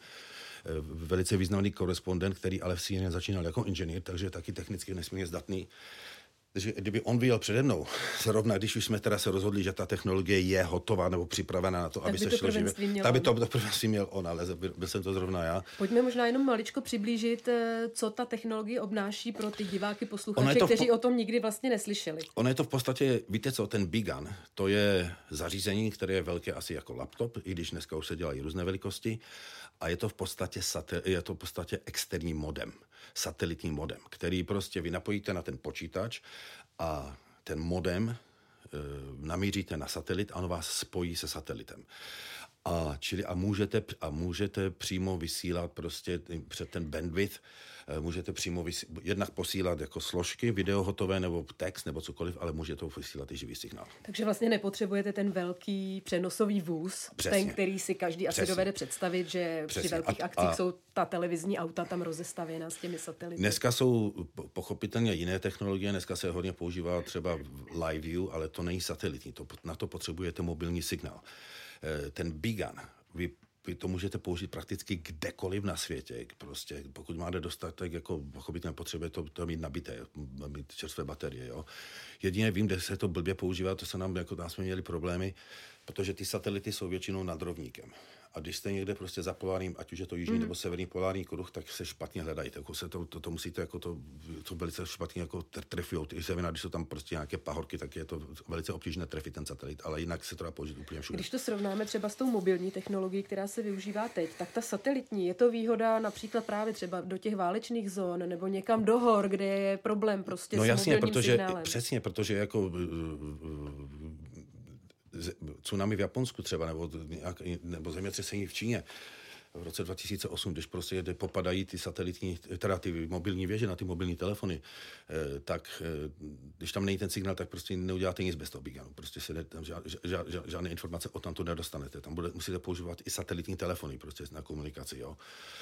velice významný korespondent, který ale v C N N začínal jako inženýr, takže taky technicky nesmírně zdatný. Takže kdyby on vyjel přede mnou, zrovna když už jsme teda se rozhodli, že ta technologie je hotová nebo připravená na to, tak aby se šlo živě, tak by to, to prvenství měl on, ale byl jsem to zrovna já. Pojďme možná jenom maličko přiblížit, co ta technologie obnáší pro ty diváky, posluchače, po... kteří o tom nikdy vlastně neslyšeli. Ono je to v podstatě, víte co, ten Bigan, to je zařízení, které je velké asi jako laptop, i když dneska už se dělají různé velikosti, a je to v podstatě, satel, je to v podstatě externí modem, satelitní modem, který prostě vy napojíte na ten počítač a ten modem e, namíříte na satelit a on vás spojí se satelitem. A, čili, a, můžete, a můžete přímo vysílat prostě před ten bandwidth, můžete přímo vysílat, jednak posílat jako složky, video hotové nebo text nebo cokoliv, ale můžete to vysílat i živý signál. Takže vlastně nepotřebujete ten velký přenosový vůz, přesně, ten, který si každý přesně, asi dovede představit, že přesně, při velkých a, akcích a, jsou ta televizní auta tam rozestavěna s těmi satelity. Dneska jsou pochopitelně jiné technologie, dneska se hodně používá třeba live view, ale to není satelitní, to, na to potřebujete mobilní signál. Ten Bigan, vy, vy to můžete použít prakticky kdekoliv na světě. Prostě, pokud máte dostatek, jako pochopitelně potřebuje to, to mít nabité, mít čerstvé baterie. Jo. Jedině vím, kde se to blbě používá, to se nám, jako tam jsme měli problémy, protože ty satelity jsou většinou nad rovníkem. A když jste někde prostě za polárním, ať už je to jižní mm. nebo severní polární kruh, tak se špatně hledají. Jako se to, to, to musíte jako to, to velice špatně jako trefují. Když jsou tam prostě nějaké pahorky, tak je to velice obtížné trefit ten satelit, ale jinak se to dá použít úplně všude. Když to srovnáme třeba s tou mobilní technologií, která se využívá teď, tak ta satelitní, je to výhoda například právě třeba do těch válečných zón nebo někam do hor, kde je problém prostě no s jasně, mobilním protože, signálem. Přesně, protože jako tsunami v Japonsku třeba, nebo, nějak, nebo zemětřesení v Číně, v roce dva tisíce osm, když prostě jde, popadají ty satelitní, teda ty mobilní věže na ty mobilní telefony, eh, tak eh, když tam není ten signál, tak prostě neuděláte nic bez toho Biganu. Prostě se ne, tam žád, žád, žád, žádné informace o tam to nedostanete. Tam bude, musíte používat i satelitní telefony prostě na komunikaci, jo.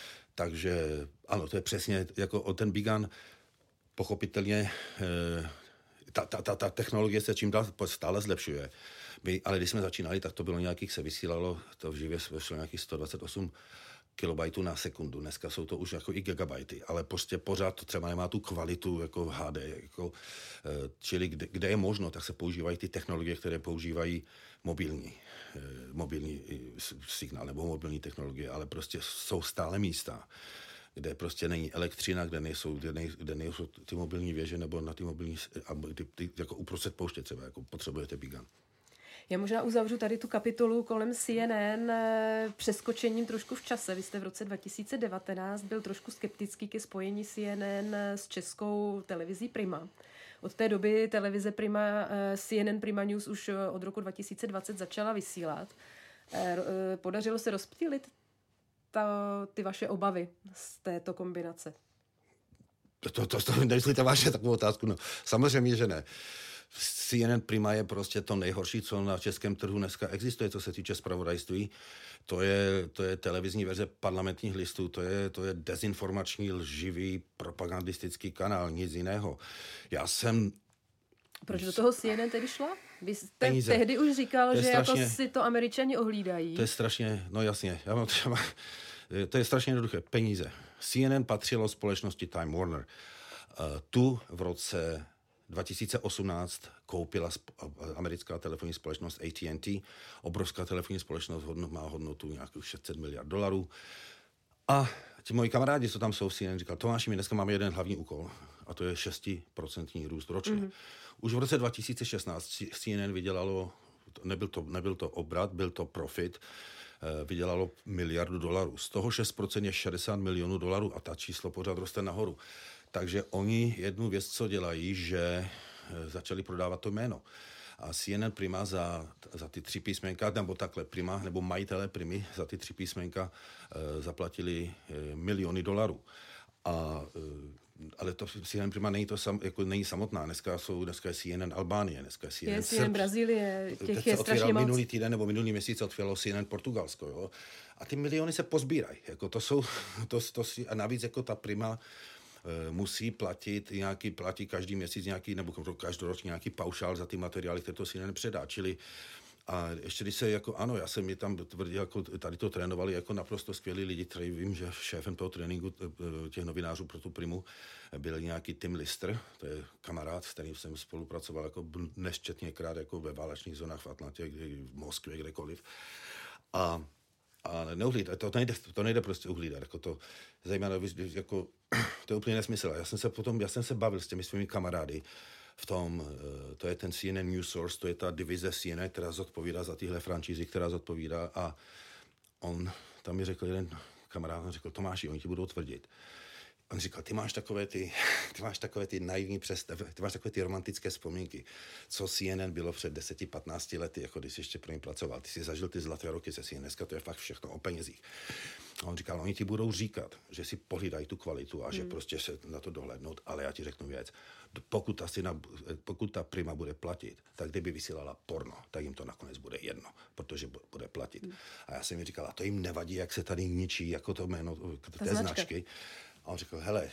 Takže ano, to je přesně jako o ten Bigan, pochopitelně eh, ta, ta, ta, ta technologie se čím dál stále zlepšuje. My, ale když jsme začínali, tak to bylo nějakých, se vysílalo, to v živě šlo nějakých sto dvacet osm kilobajtů na sekundu. Dneska jsou to už jako i gigabajty, ale prostě pořád to třeba nemá tu kvalitu jako H D. Jako, čili kde, kde je možno, tak se používají ty technologie, které používají mobilní, mobilní signál nebo mobilní technologie, ale prostě jsou stále místa, kde prostě není elektřina, kde nejsou, kde nej, kde nejsou ty mobilní věže nebo na ty mobilní, ty, ty, jako uprostřed pouště třeba, jako potřebujete Bigan. Já možná uzavřu tady tu kapitolu kolem C N N přeskočením trošku v čase. Vy jste v roce dva tisíce devatenáct byl trošku skeptický ke spojení C N N s českou televizí Prima. Od té doby televize Prima, C N N Prima News už od roku dva tisíce dvacet začala vysílat. Podařilo se rozptýlit ta, ty vaše obavy z této kombinace? To, to, to, to nemyslíte vaše takovou otázku? No, samozřejmě, že ne. C N N Prima je prostě to nejhorší, co na českém trhu dneska existuje, co se týče zpravodajství. To je, to je televizní verze parlamentních listů, to je, to je dezinformační, lživý, propagandistický kanál, nic jiného. Já jsem... Proč do toho C N N tedy šla? Vy jste Peníze. tehdy už říkal, že strašně, jako si to Američani ohlídají. To je strašně, no jasně, já mám třeba, to je strašně jednoduché, peníze. C N N patřilo společnosti Time Warner. Tu v roce dva tisíce osmnáct koupila americká telefonní společnost A T and T. Obrovská telefonní společnost má hodnotu nějakých šest set miliard dolarů. A ti moji kamarádi, co tam jsou v C N N, říkal, Tomáši, my dneska máme jeden hlavní úkol, a to je šestiprocentní růst ročně. Mm-hmm. Už v roce dva tisíce šestnáct C N N vydělalo, nebyl to, nebyl to obrat, byl to profit, vydělalo miliardu dolarů. Z toho šest procent je šedesát milionů dolarů a ta číslo pořád roste nahoru. Takže oni jednu věc, co dělají, že začali prodávat to jméno. A C N N Prima za, za ty tři písmenka, nebo takhle Prima, nebo majitele Primy za ty tři písmenka e, zaplatili e, miliony dolarů. A, e, ale to C N N Prima není to sam, jako není samotná. Dneska jsou, dneska je C N N Albánie, dneska je C N N je C N N Brazílie, těch je strašně moc. Minulý týden nebo minulý měsíc otvěralo C N N Portugalsko, jo. A ty miliony se pozbírají. Jako to jsou, to, to si, a navíc jako ta Prima musí platit nějaký, platí každý měsíc nějaký, nebo každoročně nějaký paušál za ty materiály, které to si nepředá. Čili a ještě když se jako, ano, já jsem je tam tvrdil, jako tady to trénovali jako naprosto skvělí lidi, který vím, že šéfem toho tréninku těch novinářů pro tu Primu byl nějaký Tim Lister, to je kamarád, s kterým jsem spolupracoval jako nesčetněkrát jako ve válečných zónách v Atlantě, v Moskvě, kdekoliv. A A neuhlídat, to nejde, to nejde prostě uhlídat, jako to zajímavé, jako, to je úplně nesmysl. Já jsem se potom, já jsem se bavil s těmi svými kamarády v tom, to je ten C N N News Source, to je ta divize C N N, která zodpovídá za tyhle franšízy, která zodpovídá a on, tam mi řekl jeden kamarád, on řekl, Tomáši, oni ti budou tvrdit. On říkal, ty máš takové ty, ty máš takové ty naivní představy, ty máš takové ty romantické vzpomínky, co C N N bylo před deseti patnácti lety, jako když jsi ještě pro ně pracoval. Ty jsi zažil ty zlaté roky se C N N, dneska to je fakt všechno o penězích. A on říkal, oni ti budou říkat, že si pohlídají tu kvalitu a že hmm. prostě se na to dohlédnout, ale já ti řeknu věc. Pokud ta, syna, pokud ta Prima bude platit, tak kdyby vysílala porno, tak jim to nakonec bude jedno, protože bude platit. Hmm. A já jsem mi říkal, a to jim nevadí, jak se tady ničí, jako to jméno té značka. značky. A on řekl, hele,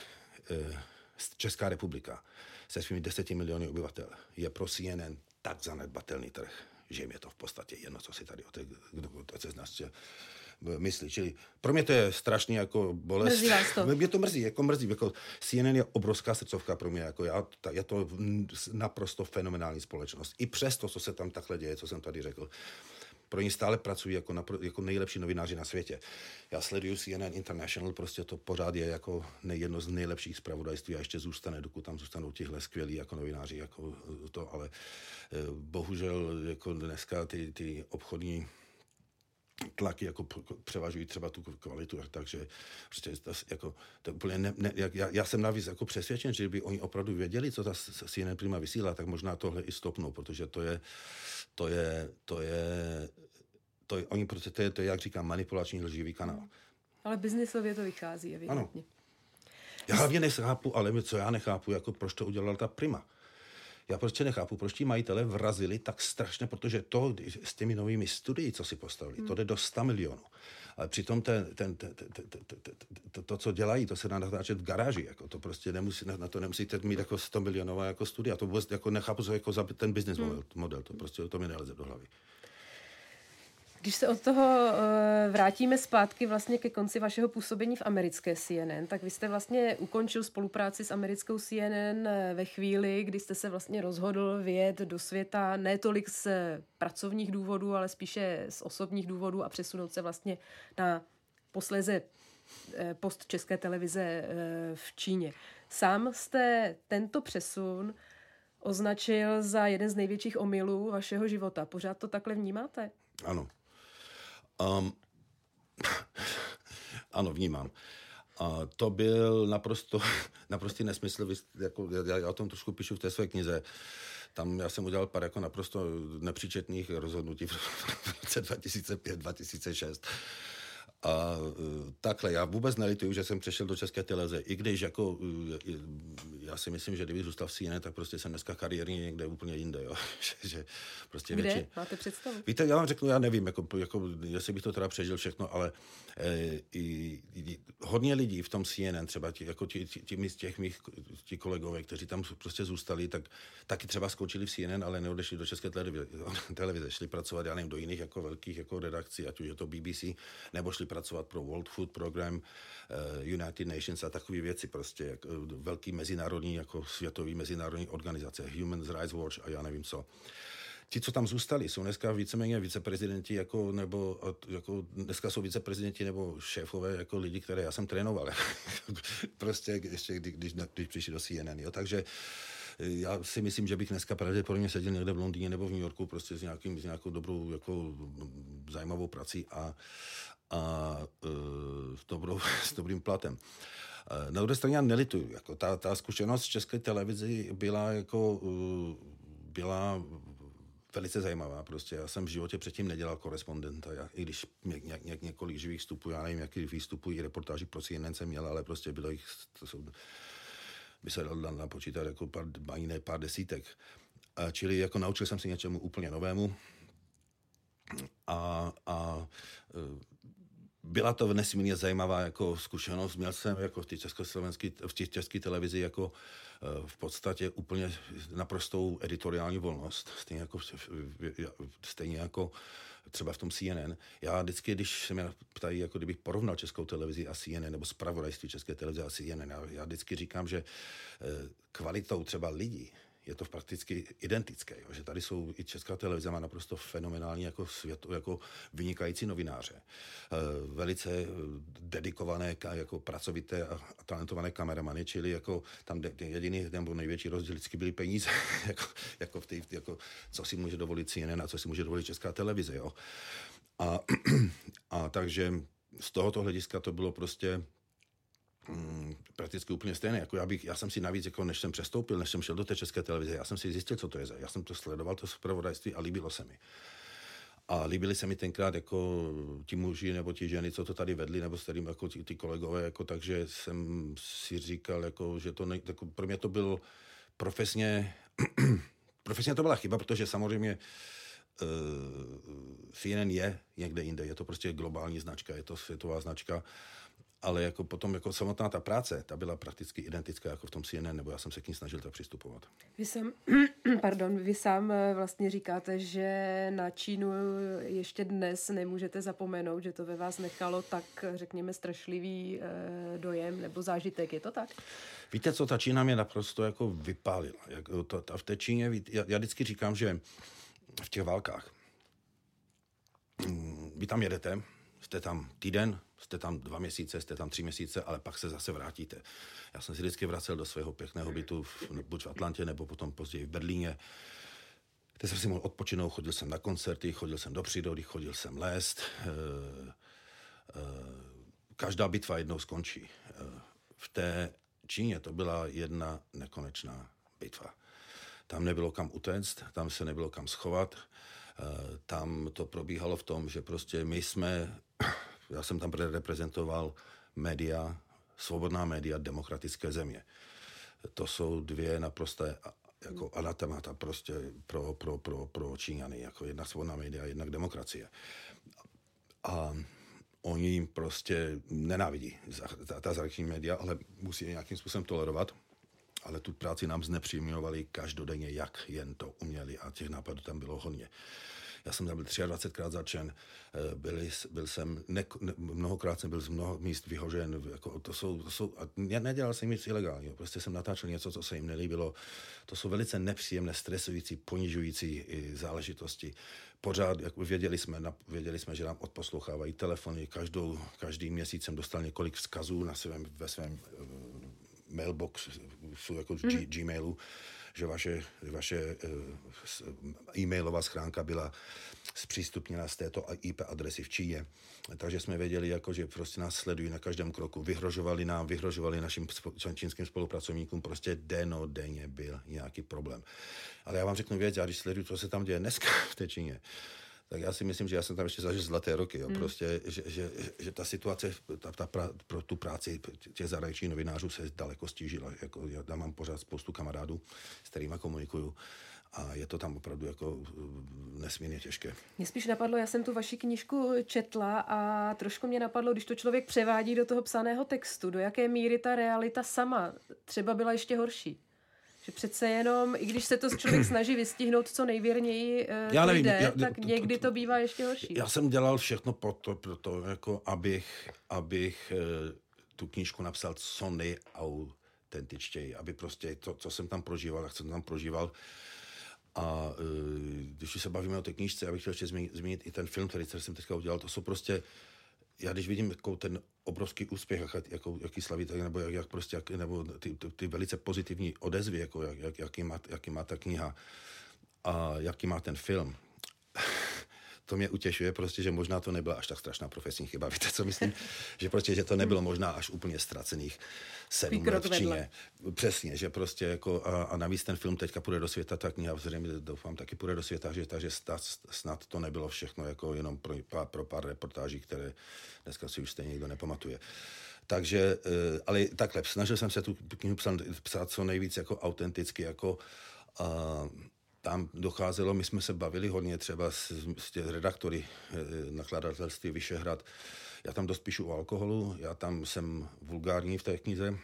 Česká republika se svými deseti miliony obyvatel je pro C N N tak zanedbatelný trh, že jim je to v podstatě jedno, co si tady o té, kdo se z nás myslí. Čili pro mě to je strašně jako bolest. Mrzí vás to. Mě to mrzí, jako mrzí. Jako C N N je obrovská srdcovka pro mě. Jako já, ta, je to naprosto fenomenální společnost. I přes to, co se tam takhle děje, co jsem tady řekl. Pro ní stále pracují jako, na, jako nejlepší novináři na světě. Já sleduju C N N International, prostě to pořád je jako jedno z nejlepších zpravodajství a ještě zůstane, dokud tam zůstanou tihle skvělí jako novináři, jako to, ale bohužel jako dneska ty, ty obchodní tlaky jako převažují třeba tu kvalitu, takže prostě to, jako, to úplně ne, ne, já, já jsem navíc jako přesvědčen, že by oni opravdu věděli, co ta C N N Prima vysílá, tak možná tohle i stopnou, protože to je, to je, to je, to je, oni prostě, to je, to je, jak říkám, manipulační lživý kanál. Ale biznisově to vychází, evidentně. Ano. Já hlavně nechápu, ale co já nechápu, jako proč to udělala ta Prima. Já prostě nechápu, proč ti majitele vrazili tak strašně, protože to s těmi novými studii, co si postavili, hmm. to jde do sto milionů. Ale přitom ten, ten, ten, ten, ten, ten, ten, to, to, co dělají, to se dá natáčet v garáži. Jako to prostě nemusí, na to nemusíte mít jako sto milionová jako studia. To vůbec jako nechápu, co jako za ten business model, hmm. model. To prostě to mi neleze do hlavy. Když se od toho uh, vrátíme zpátky vlastně ke konci vašeho působení v americké C N N, tak vy jste vlastně ukončil spolupráci s americkou C N N ve chvíli, kdy jste se vlastně rozhodl vyjet do světa ne tolik z pracovních důvodů, ale spíše z osobních důvodů a přesunout se vlastně na posléze post České televize v Číně. Sám jste tento přesun označil za jeden z největších omylů vašeho života. Pořád to takhle vnímáte? Ano. Um, ano, vnímám. Uh, to byl naprosto, naprostý nesmysl, jako, já, já o tom trošku píšu v té své knize. Tam já jsem udělal pár jako naprosto nepříčetných rozhodnutí v roce dva tisíce pět dva tisíce šest. A takhle, já vůbec nelituju, že jsem přešel do České televize, i když jako, já si myslím, že kdyby zůstal v C N N, tak prostě jsem dneska kariérně někde úplně jinde, jo. že, že prostě Kde? Větši... Máte představu? Víte, já vám řeknu, já nevím, jako, jako, jestli bych to teda přežil všechno, ale eh, i, i, hodně lidí v tom C N N, třeba ti, jako ti, ti, ti z těch mých ti kolegové, kteří tam prostě zůstali, tak taky třeba skončili v C N N, ale neodešli do České televize, televize šli pracovat, já nevím, do jiných jako velkých jako redakcí, ať už je to B B C, nebo šli pracovat pro World Food Program, uh, United Nations a takové věci prostě, jak, uh, velký mezinárodní, jako světový mezinárodní organizace, Human Rights Watch a já nevím co. Ti, co tam zůstali, jsou dneska víceméně viceprezidenti, jako, nebo jako, dneska jsou viceprezidenti nebo šéfové jako lidi, které já jsem trénoval. prostě ještě, kdy, když, když přišli do C N N, jo, takže já si myslím, že bych dneska pravděpodobně seděl někde v Londýně nebo v New Yorku prostě s, nějakým, s nějakou dobrou, jako zajímavou prací a a uh, s, dobrou, s dobrým platem. Uh, na druhé straně já nelituju. Jako ta, ta zkušenost z České televizi byla jako uh, byla velice zajímavá. Prostě já jsem v životě předtím nedělal korespondenta. Já, i když ně, ně, několik živých vstupů, já nevím, jaký výstupů i reportáží pro C N N jsem měl, ale prostě bylo jich, to jsou, by se dal napočítat jako pár, jiné pár desítek. Uh, čili jako naučil jsem se něčemu úplně novému. A, a uh, byla to nesmírně zajímavá jako zkušenost. Měl jsem jako v té československé, v té české televizi jako v podstatě úplně naprostou editoriální volnost. Stejně jako, stejně jako třeba v tom C N N. Já vždycky, když se mě ptají, jako kdybych porovnal Českou televizi a C N N, nebo zpravodajství České televize a C N N, já, já vždycky říkám, že kvalitou třeba lidí je to prakticky identické, jo? Že tady jsou i Česká televize má naprosto fenomenální jako svět, jako vynikající novináře, e, velice dedikované, jako pracovité a talentované kameramany, čili jako tam jediný nebo největší rozdíl vždycky byly peníze, jako, jako, v té, jako co si může dovolit C N N a co si může dovolit Česká televize, jo. A, a takže z tohoto hlediska to bylo prostě Mm, prakticky úplně stejné. Jako já, bych, já jsem si navíc, jako než jsem přestoupil, než jsem šel do té České televize, já jsem si zjistil, co to je. Já jsem to sledoval, to zpravodajství a líbilo se mi. A líbili se mi tenkrát jako ti muži nebo ti ženy, co to tady vedli, nebo s kterým jako ti, ti kolegové, jako, takže jsem si říkal, jako, že to ne, jako, pro mě to bylo profesně, profesně to byla chyba, protože samozřejmě uh, C N N je někde jinde, je to prostě globální značka, je to světová značka, ale jako potom jako samotná ta práce, ta byla prakticky identická jako v tom C N N, nebo já jsem se k ní snažil tak přistupovat. Vy sám, pardon, vy sám vlastně říkáte, že na Čínu ještě dnes nemůžete zapomenout, že to ve vás nechalo tak, řekněme, strašlivý dojem nebo zážitek, je to tak? Víte co, ta Čína mě naprosto jako vypálila. Jak, to, ta, v té Číně, já, já vždycky říkám, že v těch válkách vy tam jedete, jste tam týden, jste tam dva měsíce, jste tam tři měsíce, ale pak se zase vrátíte. Já jsem si vždycky vracel do svého pěkného bytu, v, buď v Atlantě, nebo potom později v Berlíně, kde jsem si mohl odpočinout, chodil jsem na koncerty, chodil jsem do přírody, chodil jsem lézt. E, e, každá bitva jednou skončí. E, v té Číně to byla jedna nekonečná bitva. Tam nebylo kam utéct, tam se nebylo kam schovat. Tam to probíhalo v tom, že prostě my jsme já jsem tam reprezentoval média, svobodná média demokratické země. To jsou dvě naprosté jako anatemata prostě pro, pro, pro, pro Číňany, jako jedna svobodná média, jedna demokracie. A oni prostě nenávidí ta, ta zahraniční média, ale musí je nějakým způsobem tolerovat. Ale tu práci nám znepříjemňovali každodenně, jak jen to uměli a těch nápadů tam bylo hodně. Já jsem tam byl dvacetkrát začen, byli, byl jsem, ne, ne, mnohokrát jsem byl z mnoho míst vyhožen, jako to jsou, to jsou, a já nedělal jsem nic ilegálního, prostě jsem natáčel něco, co se jim nelíbilo. To jsou velice nepříjemné, stresující, ponižující záležitosti. Pořád, jak věděli jsme, věděli jsme, že nám odposlouchávají telefony, každou, každý měsíc jsem dostal několik vzkazů na svém, ve svém mailbox, jako mm. Gmailu, že vaše, vaše e-mailová schránka byla zpřístupněna z této í pé adresy v Číně. Takže jsme věděli, jako, že prostě nás sledují na každém kroku. Vyhrožovali nám, vyhrožovali našim čínským spolupracovníkům, prostě denodenně byl nějaký problém. Ale já vám řeknu věc, já když sleduju, co se tam děje dneska v té Číně, tak já si myslím, že já jsem tam ještě zažil zlaté roky. Jo. Mm. Prostě, že, že, že ta situace ta, ta pra, pro tu práci těch zahraničních novinářů se daleko stížila. Jako, já mám pořád spoustu kamarádů, s kterými komunikuju. A je to tam opravdu jako nesmírně těžké. Mě spíš napadlo, já jsem tu vaši knížku četla a trošku mě napadlo, když to člověk převádí do toho psaného textu, do jaké míry ta realita sama třeba byla ještě horší. Že přece jenom, i když se to člověk snaží vystihnout co nejvěrněji uh, já nevím, jde, já, tak to, někdy to bývá ještě horší. Já jsem dělal všechno pro to, pro to jako abych, abych uh, tu knížku napsal co nejautentičtěji, aby prostě to, co jsem tam prožíval, jak jsem tam prožíval. A uh, když se bavíme o té knížce, já bych chtěl ještě zmínit, zmínit i ten film, který jsem teďka udělal, to jsou prostě, já když vidím jako ten obrovský úspěch, jak, jako, jaký slaví, nebo jak, jak prostě, jak, nebo ty, ty, ty velice pozitivní odezvy, jako jak, jak, jaký, má, jaký má ta kniha a jaký má ten film. To mě utěšuje prostě, že možná to nebyla až tak strašná profesní chyba. Víte, co myslím? Že prostě, že to nebylo možná až úplně ztracených sedm let v Číně. Přesně, že prostě jako a, a navíc ten film teďka půjde do světa, ta kniha zřejmě doufám taky půjde do světa, že, takže snad to nebylo všechno jako jenom pro, pro pár reportáží, které dneska si už stejně nikdo nepamatuje. Takže, ale takhle, snažil jsem se tu knihu psát, psát co nejvíc jako autenticky, jako a, tam docházelo, my jsme se bavili hodně třeba s, s tě redaktory e, nakladatelství Vyšehrad. Já tam dost píšu o alkoholu, já tam jsem vulgární v té knize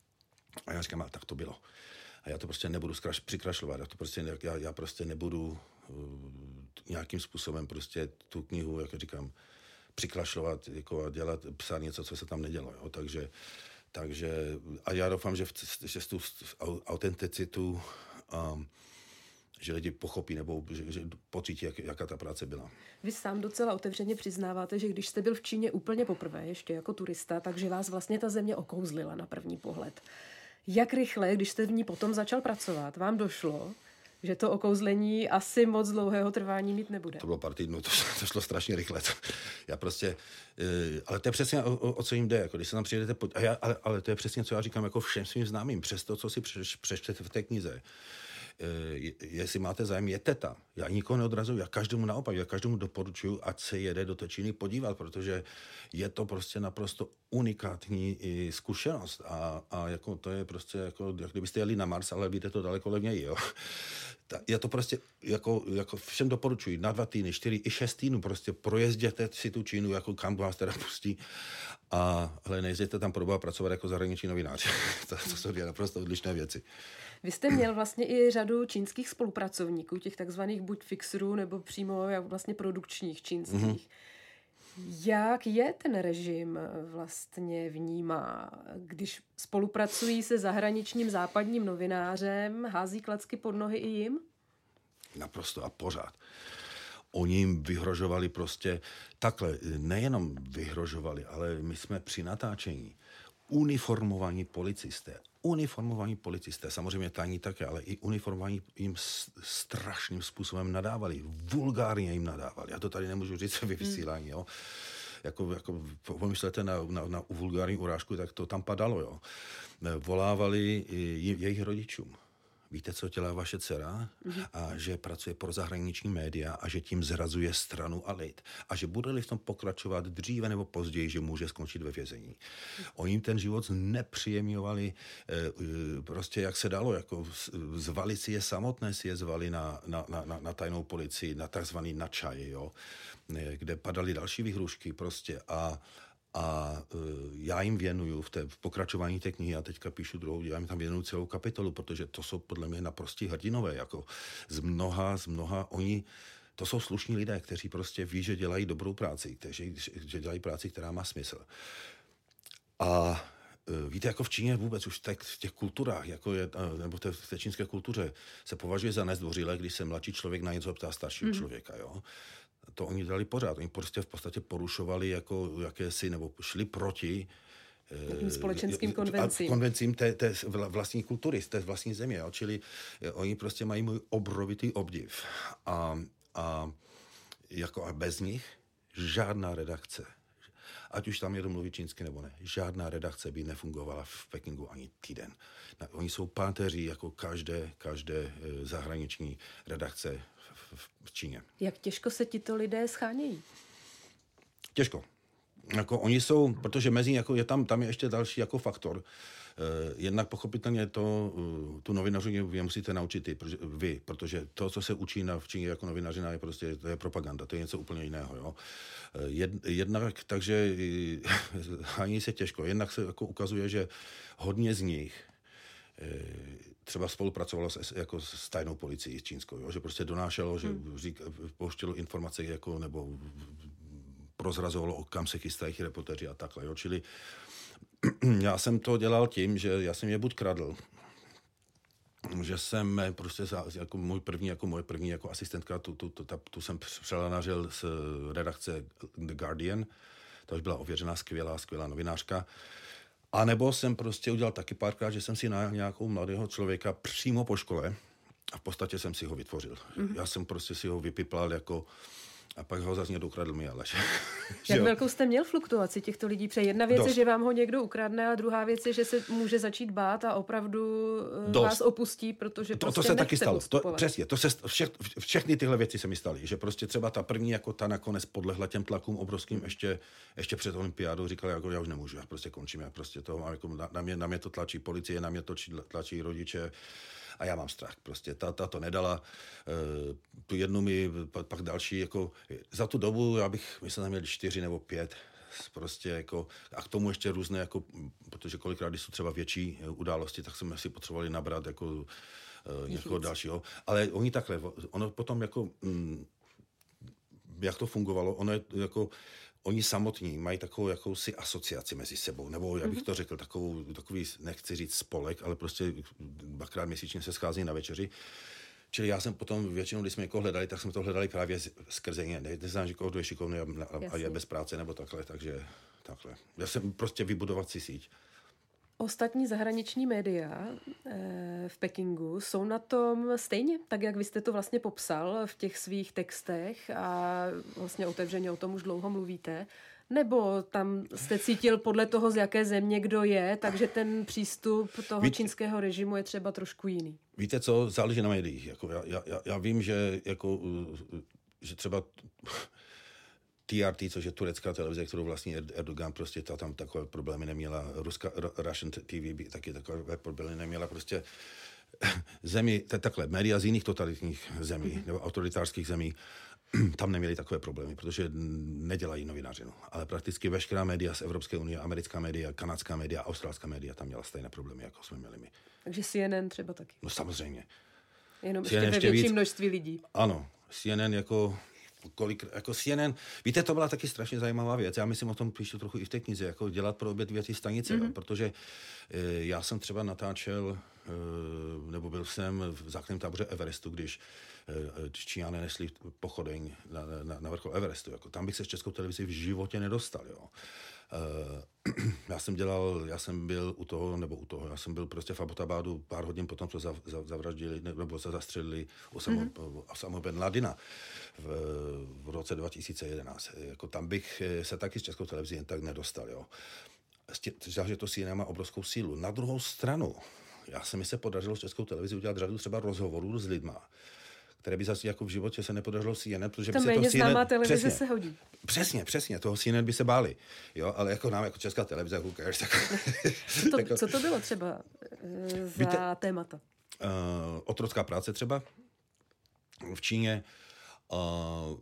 a já říkám, tak to bylo. A já to prostě nebudu zkraš, přikrašlovat, já, to prostě, já, já prostě nebudu uh, nějakým způsobem prostě tu knihu, jak říkám, přikrašlovat jako a dělat, psát něco, co se tam nedělo. Jo. Takže, takže, a já doufám, že, v, že tu autenticitu um, že lidi pochopí nebo že, že pocítí, jak, jaká ta práce byla. Vy sám docela otevřeně přiznáváte, že když jste byl v Číně úplně poprvé, ještě jako turista, takže vás vlastně ta země okouzlila na první pohled. Jak rychle, když jste v ní potom začal pracovat, vám došlo, že to okouzlení asi moc dlouhého trvání mít nebude? To bylo pár týdnů, to, to šlo strašně rychle. Já prostě, ale to je přesně o, o, o co jim jde, jako když se tam přijedete, a já, ale, ale to je přesně, co já říkám jako všem svým známým, přes to, co si přečtete v té knize. Je, jestli máte zájem, jeďte tam. Já nikoho neodrazuju, já každému naopak, já každému doporučuji, ať se jede do té Číny podívat, protože je to prostě naprosto unikátní i zkušenost a, a jako to je prostě jako, jak kdybyste jeli na Mars, ale víte to daleko levněji, jo. Je to prostě, jako, jako všem doporučuji, na dva týdny, čtyři i šest týdnů prostě projezděte si tu Čínu, jako kam vás teda pustí a ale nejděte tam probovat pracovat jako zahraniční novinář. to, to jsou dvě naprosto odlišné věci. Vy jste měl vlastně i řadu čínských spolupracovníků, těch takzvaných buď fixerů, nebo přímo vlastně produkčních čínských. Mm-hmm. Jak je ten režim vlastně vnímá, když spolupracují se zahraničním západním novinářem, hází klacky pod nohy i jim? Naprosto a pořád. Oni jim vyhrožovali prostě takhle, nejenom vyhrožovali, ale my jsme při natáčení uniformovaní policisté, uniformovaní policisté, samozřejmě tajní také, ale i uniformovaní jim strašným způsobem nadávali, vulgárně jim nadávali. Já to tady nemůžu říct ve vysílání, jo. Jako, jako pomyslete na, na, na vulgární urážku, tak to tam padalo, jo. Volávali je, jejich rodičům. víte, co dělá vaše dcera? Mm-hmm. A že pracuje pro zahraniční média a že tím zrazuje stranu a lid. A že bude-li v tom pokračovat dříve nebo později, že může skončit ve vězení. Oni jim ten život znepříjemňovali e, prostě jak se dalo, jako zvali si je samotné, si je zvali na, na, na, na tajnou policii, na takzvaný na čaj, jo, kde padaly další výhrušky prostě a A uh, já jim věnuju v, té, v pokračování té knihy, a teďka píšu druhou, já jim tam věnuju celou kapitolu, protože to jsou podle mě naprostí hrdinové, jako z mnoha, z mnoha, oni, to jsou slušní lidé, kteří prostě ví, že dělají dobrou práci, kteří, že dělají práci, která má smysl. A uh, víte, jako v Číně vůbec už tak v těch kulturách, jako je, uh, nebo v té, v té čínské kultuře se považuje za nezdvořilé, když se mladší člověk na něco ptá staršího mm. člověka, jo. To oni dělali pořád. Oni prostě v podstatě porušovali jako jakési, nebo šli proti společenským konvencím. konvencím té, té vlastní kultury, z té vlastní země. Jo? Čili oni prostě mají můj obrovitý obdiv. A, a, jako a bez nich žádná redakce, ať už tam někdo mluví čínsky nebo ne, žádná redakce by nefungovala v Pekingu ani týden. Oni jsou páteří jako každé, každé zahraniční redakce v Číně. Jak těžko se tito lidé schánějí? Těžko. Jako oni jsou, protože mezi jako je tam, tam je ještě další jako faktor. Eh, jednak pochopitelně to, tu novinařinu vy musíte naučit i, vy, protože to, co se učí na, v Číně jako novinařina, je prostě to je propaganda, to je něco úplně jiného. Jo? Jed, jednak, takže hání se těžko. Jednak se jako ukazuje, že hodně z nich třeba spolupracovalo s, jako s tajnou policií čínskou, jo? Že prostě donášelo, že hmm. řík, pouštělo informace jako, nebo prozrazovalo, kam se chystají reportéři a takhle. Jo? Čili já jsem to dělal tím, že já jsem je buď kradl, že jsem prostě jako můj první, jako moje první jako asistentka, tu, tu, tu, tu, tu jsem přelanažil z redakce The Guardian, to už byla ověřená skvělá, skvělá novinářka. A nebo jsem prostě udělal taky párkrát, že jsem si najal nějakou mladého člověka přímo po škole a v podstatě jsem si ho vytvořil. Mm-hmm. Já jsem prostě si ho vypiplal jako a pak ho zase někdo ukradl mi, ale... Jak velkou jste měl fluktuaci těchto lidí? Protože jedna věc Dost. je, že vám ho někdo ukradne, a druhá věc je, že se může začít bát a opravdu Dost. vás opustí, protože to, prostě to se taky stalo. To, přesně, to se, vše, všechny tyhle věci se mi staly, že prostě třeba ta první, jako ta nakonec podlehla těm tlakům obrovským, ještě, ještě před olympiádou říkala, jako já už nemůžu, já prostě končím, já prostě to mám, jako na, na, mě, na mě to tlačí policie, na mě to tlačí rodiče, a já mám strach, prostě ta, ta to nedala, e, tu jednu mi, pak další, jako za tu dobu, já bych, myslím, tam měl čtyři nebo pět, prostě jako, a k tomu ještě různé, jako, protože kolikrát, když jsou třeba větší události, tak jsme si potřebovali nabrat jako e, někoho dalšího, ale oni takhle, ono potom jako, m, jak to fungovalo, ono je jako, oni samotní mají takovou jakousi asociaci mezi sebou, nebo já bych to řekl, takovou, takový, nechci říct spolek, ale prostě dvakrát měsíčně se schází na večeři. Čili já jsem potom většinou, když jsme někoho hledali, tak jsme to hledali právě skrze ně. Ne, neznám, že koho je šikovný a, a je bez práce nebo takhle, takže takhle. Já jsem prostě vybudovat si síť. Ostatní zahraniční média v Pekingu jsou na tom stejně, tak jak vy jste to vlastně popsal v těch svých textech a vlastně otevřeně o tom už dlouho mluvíte, nebo tam jste cítil podle toho, z jaké země kdo je, takže ten přístup toho Víte, čínského režimu je třeba trošku jiný? Víte co, záleží na médiích. Jako já, já, já vím, že, jako, že třeba T R T, což je turecká televize, kterou vlastní Erdogan, prostě ta tam takové problémy neměla. Ruská, Russian T V taky takové problémy neměla. Prostě zemi, takhle, média z jiných totalitních zemí, mm-hmm. nebo autoritářských zemí, tam neměli takové problémy, protože nedělají novinařinu. Ale prakticky veškerá média z Evropské unie, americká média, kanadská média, australská média, tam měla stejné problémy, jako jsme měli my. Takže C N N třeba taky? No samozřejmě. Jenom ještě ve větším víc, množství lidí. Ano, C N N jako... Kolik, jako C N N, víte, to byla taky strašně zajímavá věc. Já myslím, o tom píšu trochu i v té knize, jako dělat pro obě dvě ty stanice, mm-hmm. protože e, já jsem třeba natáčel, e, nebo byl jsem v základním táboře Everestu, když e, Číňané nesli pochodeň na, na, na vrchol Everestu. Jako, tam bych se s Českou televizí v životě nedostal, jo. Uh, já jsem dělal, já jsem byl u toho, nebo u toho, já jsem byl prostě v Abbottabadu pár hodin potom, co zav, zav, zavraždili, nebo se zastřelili Osama mm-hmm. bin Ladina v, v roce dva tisíce jedenáct. Jako tam bych se taky s Českou televizí jen tak nedostal, jo. Takže to C N N má obrovskou sílu. Na druhou stranu, já se mi se podařilo s Českou televizi udělat řadu třeba rozhovorů s lidma, které by zase jako v životě se nepodařilo C N N, protože to by se méně to C N N... známá televize přesně, se hodí. Přesně, přesně, toho C N N by se báli, jo, ale jako nám, jako Česká televize, who cares, tak, co, to, jako, co to bylo třeba uh, za víte, témata? Uh, otrocká práce třeba v Číně, uh,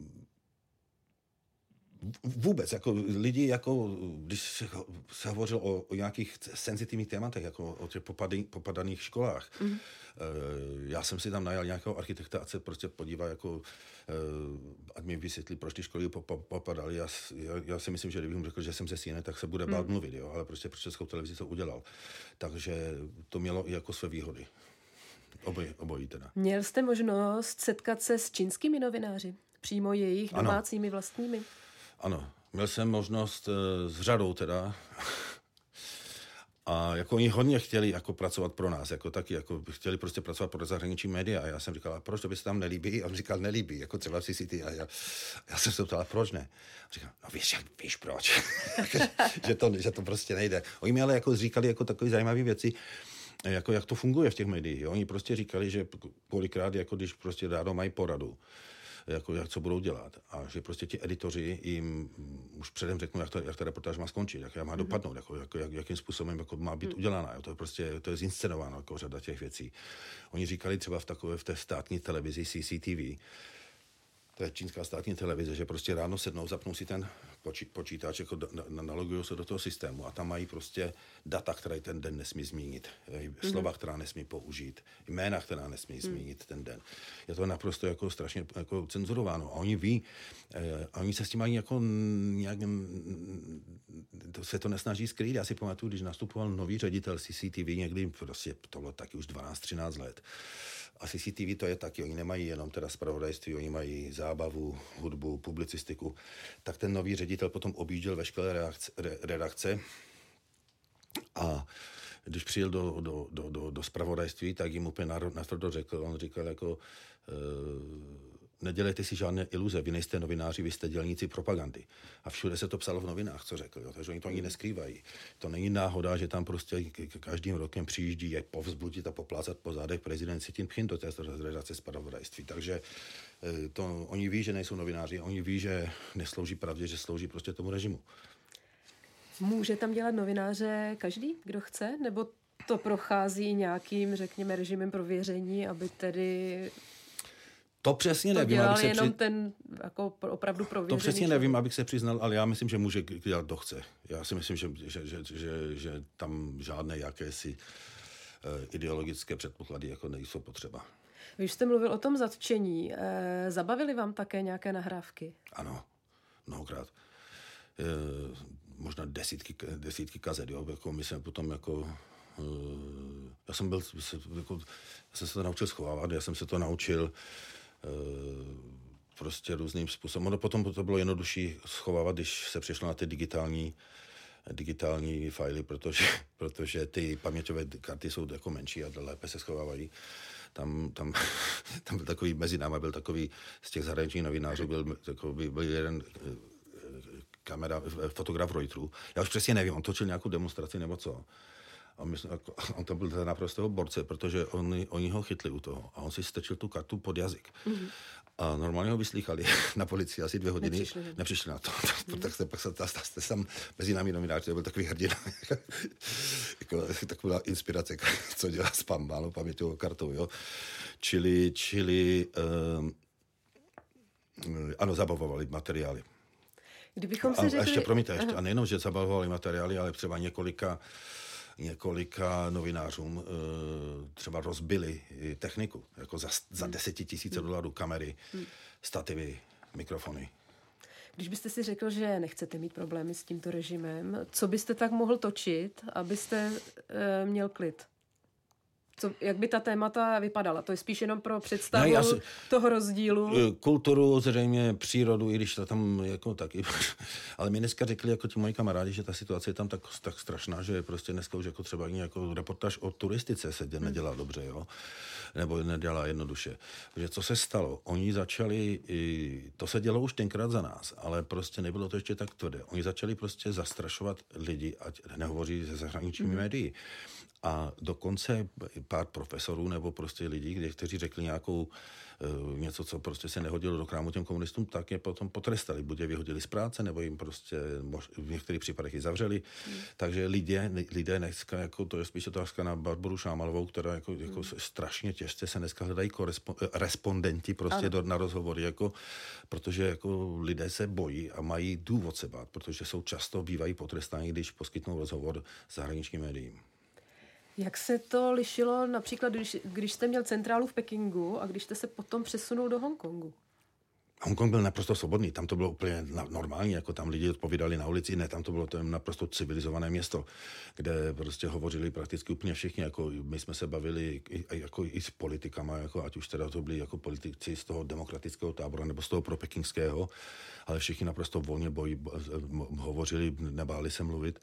vůbec, jako lidi, jako, když se hovořilo o, o nějakých senzitivních tématech, jako o těch popady, popadaných školách, mm. já jsem si tam najal nějakého architekta, ať se prostě podívá, jako, ať mi vysvětlí, proč ty školy popadaly. Já, já, já si myslím, že kdybych mu řekl, že jsem ze C N N, tak se bude bát mm. mluvit, jo? Ale prostě pro Českou televizi to udělal. Takže to mělo i jako své výhody. Obojí, obojí teda. Měl jste možnost setkat se s čínskými novináři? Přímo jejich domácími, vlastními? Ano, měl jsem možnost e, s řadou teda. A jako oni hodně chtěli jako pracovat pro nás, jako taky, jako chtěli prostě pracovat pro zahraniční média. A já jsem říkal, a proč to by se tam nelíbí? A on říkal, nelíbí, jako třeba v C C T. A já, já jsem se ptal, proč ne? A říkal, no víš, jak, víš proč? že, to, že to prostě nejde. Oni mi ale jako říkali jako takové zajímavé věci, jako jak to funguje v těch médiích. Jo? Oni prostě říkali, že kolikrát, jako když prostě ráno mají poradu, jako jak co budou dělat. A že prostě ti editoři jim už předem řeknou, jak, to, jak ta reportáž má skončit, jak má dopadnout, jako, jako, jak, jakým způsobem jako má být udělána. Jo. To je prostě to je zinscenováno, jako řada těch věcí. Oni říkali třeba v takové v té státní televizi C C T V, to je čínská státní televize, že prostě ráno sednou, zapnou si ten počí, počítač, jako nalogují se do toho systému a tam mají prostě data, které ten den nesmí zmínit, slova, která nesmí použít, jména, která nesmí zmínit ten den. Je to naprosto jako strašně jako cenzurováno. A oni ví, eh, a oni se s tím mají jako nějak, to se to nesnaží skrýt. Já si pamatuju, když nastupoval nový ředitel C C T V, někdy prostě to bylo taky už dvanáct třináct let. A C C T V to je taky, oni nemají jenom teda zpravodajství, oni mají zábavu, hudbu, publicistiku. Tak ten nový ředitel potom objížděl veškeré reakce, re, redakce a když přijel do, do, do, do, do zpravodajství, tak jim úplně natvrdo řekl, on říkal jako e, nedělejte si žádné iluze, vy nejste novináři, vy jste dělníci propagandy. A všude se to psalo v novinách, co řekl, jo? Takže oni to ani neskrývají. To není náhoda, že tam prostě každým rokem přijíždí jak povzbudit a poplácat po zádech prezident Xi Jinping do té redakce zpravodajství. Takže to, oni ví, že nejsou novináři, oni ví, že neslouží pravdě, že slouží prostě tomu režimu. Může tam dělat novináře každý, kdo chce? Nebo to prochází nějakým, řekněme, režimem prověření, aby tedy... To přesně to nevím, abych se jenom při... ten jako opravdu prověřený. To přesně nevím, abych se přiznal, ale já myslím, že může dělat, kdo chce. Já si myslím, že, že, že, že, že tam žádné jakési uh, ideologické předpoklady jako nejsou potřeba. Vy jste mluvil o tom zatčení. E, zabavili vám také nějaké nahrávky? Ano, mnohokrát. E, možná desítky, desítky kazet, jo. Jako my jsme potom jako... E, já jsem byl... Jako, já jsem se to naučil schovávat, já jsem se to naučil prostě různým způsobem. Ono potom to bylo jednodušší schovávat, když se přišlo na ty digitální, digitální fajly, protože, protože ty paměťové karty jsou jako menší a lépe se schovávají. Tam, tam, tam byl takový, mezi náma byl takový, z těch zahraničních novinářů byl, takový, byl jeden kamera, fotograf Reutersu. Já už přesně nevím, on točil nějakou demonstraci nebo co. A myslím, jako, on to byl naprostého borce, protože oni, oni ho chytli u toho a on si strčil tu kartu pod jazyk. Mm-hmm. A normálně ho vyslýchali na policii asi dvě hodiny. Nepřišli, Nepřišli na to. Mm-hmm. Tak se pak se tam mezi námi novináři, to byl takový hrdina. Jako, taková inspirace, co dělá s pambánou paměťovou kartou. Jo? Čili, čili um, ano, zabavovali materiály. Kdybychom si a, řekli... a ještě, promiňte, ještě, a nejenom, že zabavovali materiály, ale třeba několika několika novinářům třeba rozbili techniku, jako za, za desetitisíce dolarů kamery, stativy, mikrofony. Když byste si řekl, že nechcete mít problémy s tímto režimem, co byste tak mohl točit, abyste e, měl klid? Co, jak by ta témata vypadala? To je spíš jenom pro představu ne, si, toho rozdílu. Kulturu, zřejmě přírodu, i když to tam jako taky. Ale mi dneska řekli jako ti moji kamarádi, že ta situace je tam tak, tak strašná, že prostě dneska už jako třeba ani jako reportáž o turistice se hmm. nedělá dobře, jo? Nebo nedělá jednoduše. Protože co se stalo? Oni začali, to se dělo už tenkrát za nás, ale prostě nebylo to ještě tak tvrdé. Oni začali prostě zastrašovat lidi, ať nehovoří se zahraničními hmm. médii. A dokonce pár profesorů nebo prostě lidí, kteří řekli nějakou něco, co prostě se nehodilo do krámu těm komunistům, tak je potom potrestali. Buď je vyhodili z práce, nebo jim prostě v některých případech i zavřeli. Hmm. Takže lidé, lidé dneska, jako to je spíš otázka na Barboru Šámalovou, která jako, hmm. jako strašně těžce se dneska hledají respondenti prostě do, na rozhovory, jako, protože jako lidé se bojí a mají důvod se bát, protože jsou často bývají potrestáni, když poskytnou rozhovor zahraničním médiím. Jak se to lišilo například, když, když jste měl centrálu v Pekingu a když jste se potom přesunul do Hongkongu? Hongkong byl naprosto svobodný, tam to bylo úplně normální, jako tam lidi odpovídali na ulici, ne, tam to bylo to naprosto civilizované město, kde prostě hovořili prakticky úplně všichni, jako my jsme se bavili i, jako i s politikama, jako ať už teda to byli jako politici z toho demokratického tábora nebo z toho propekingského, ale všichni naprosto volně bojí, hovořili, nebáli se mluvit.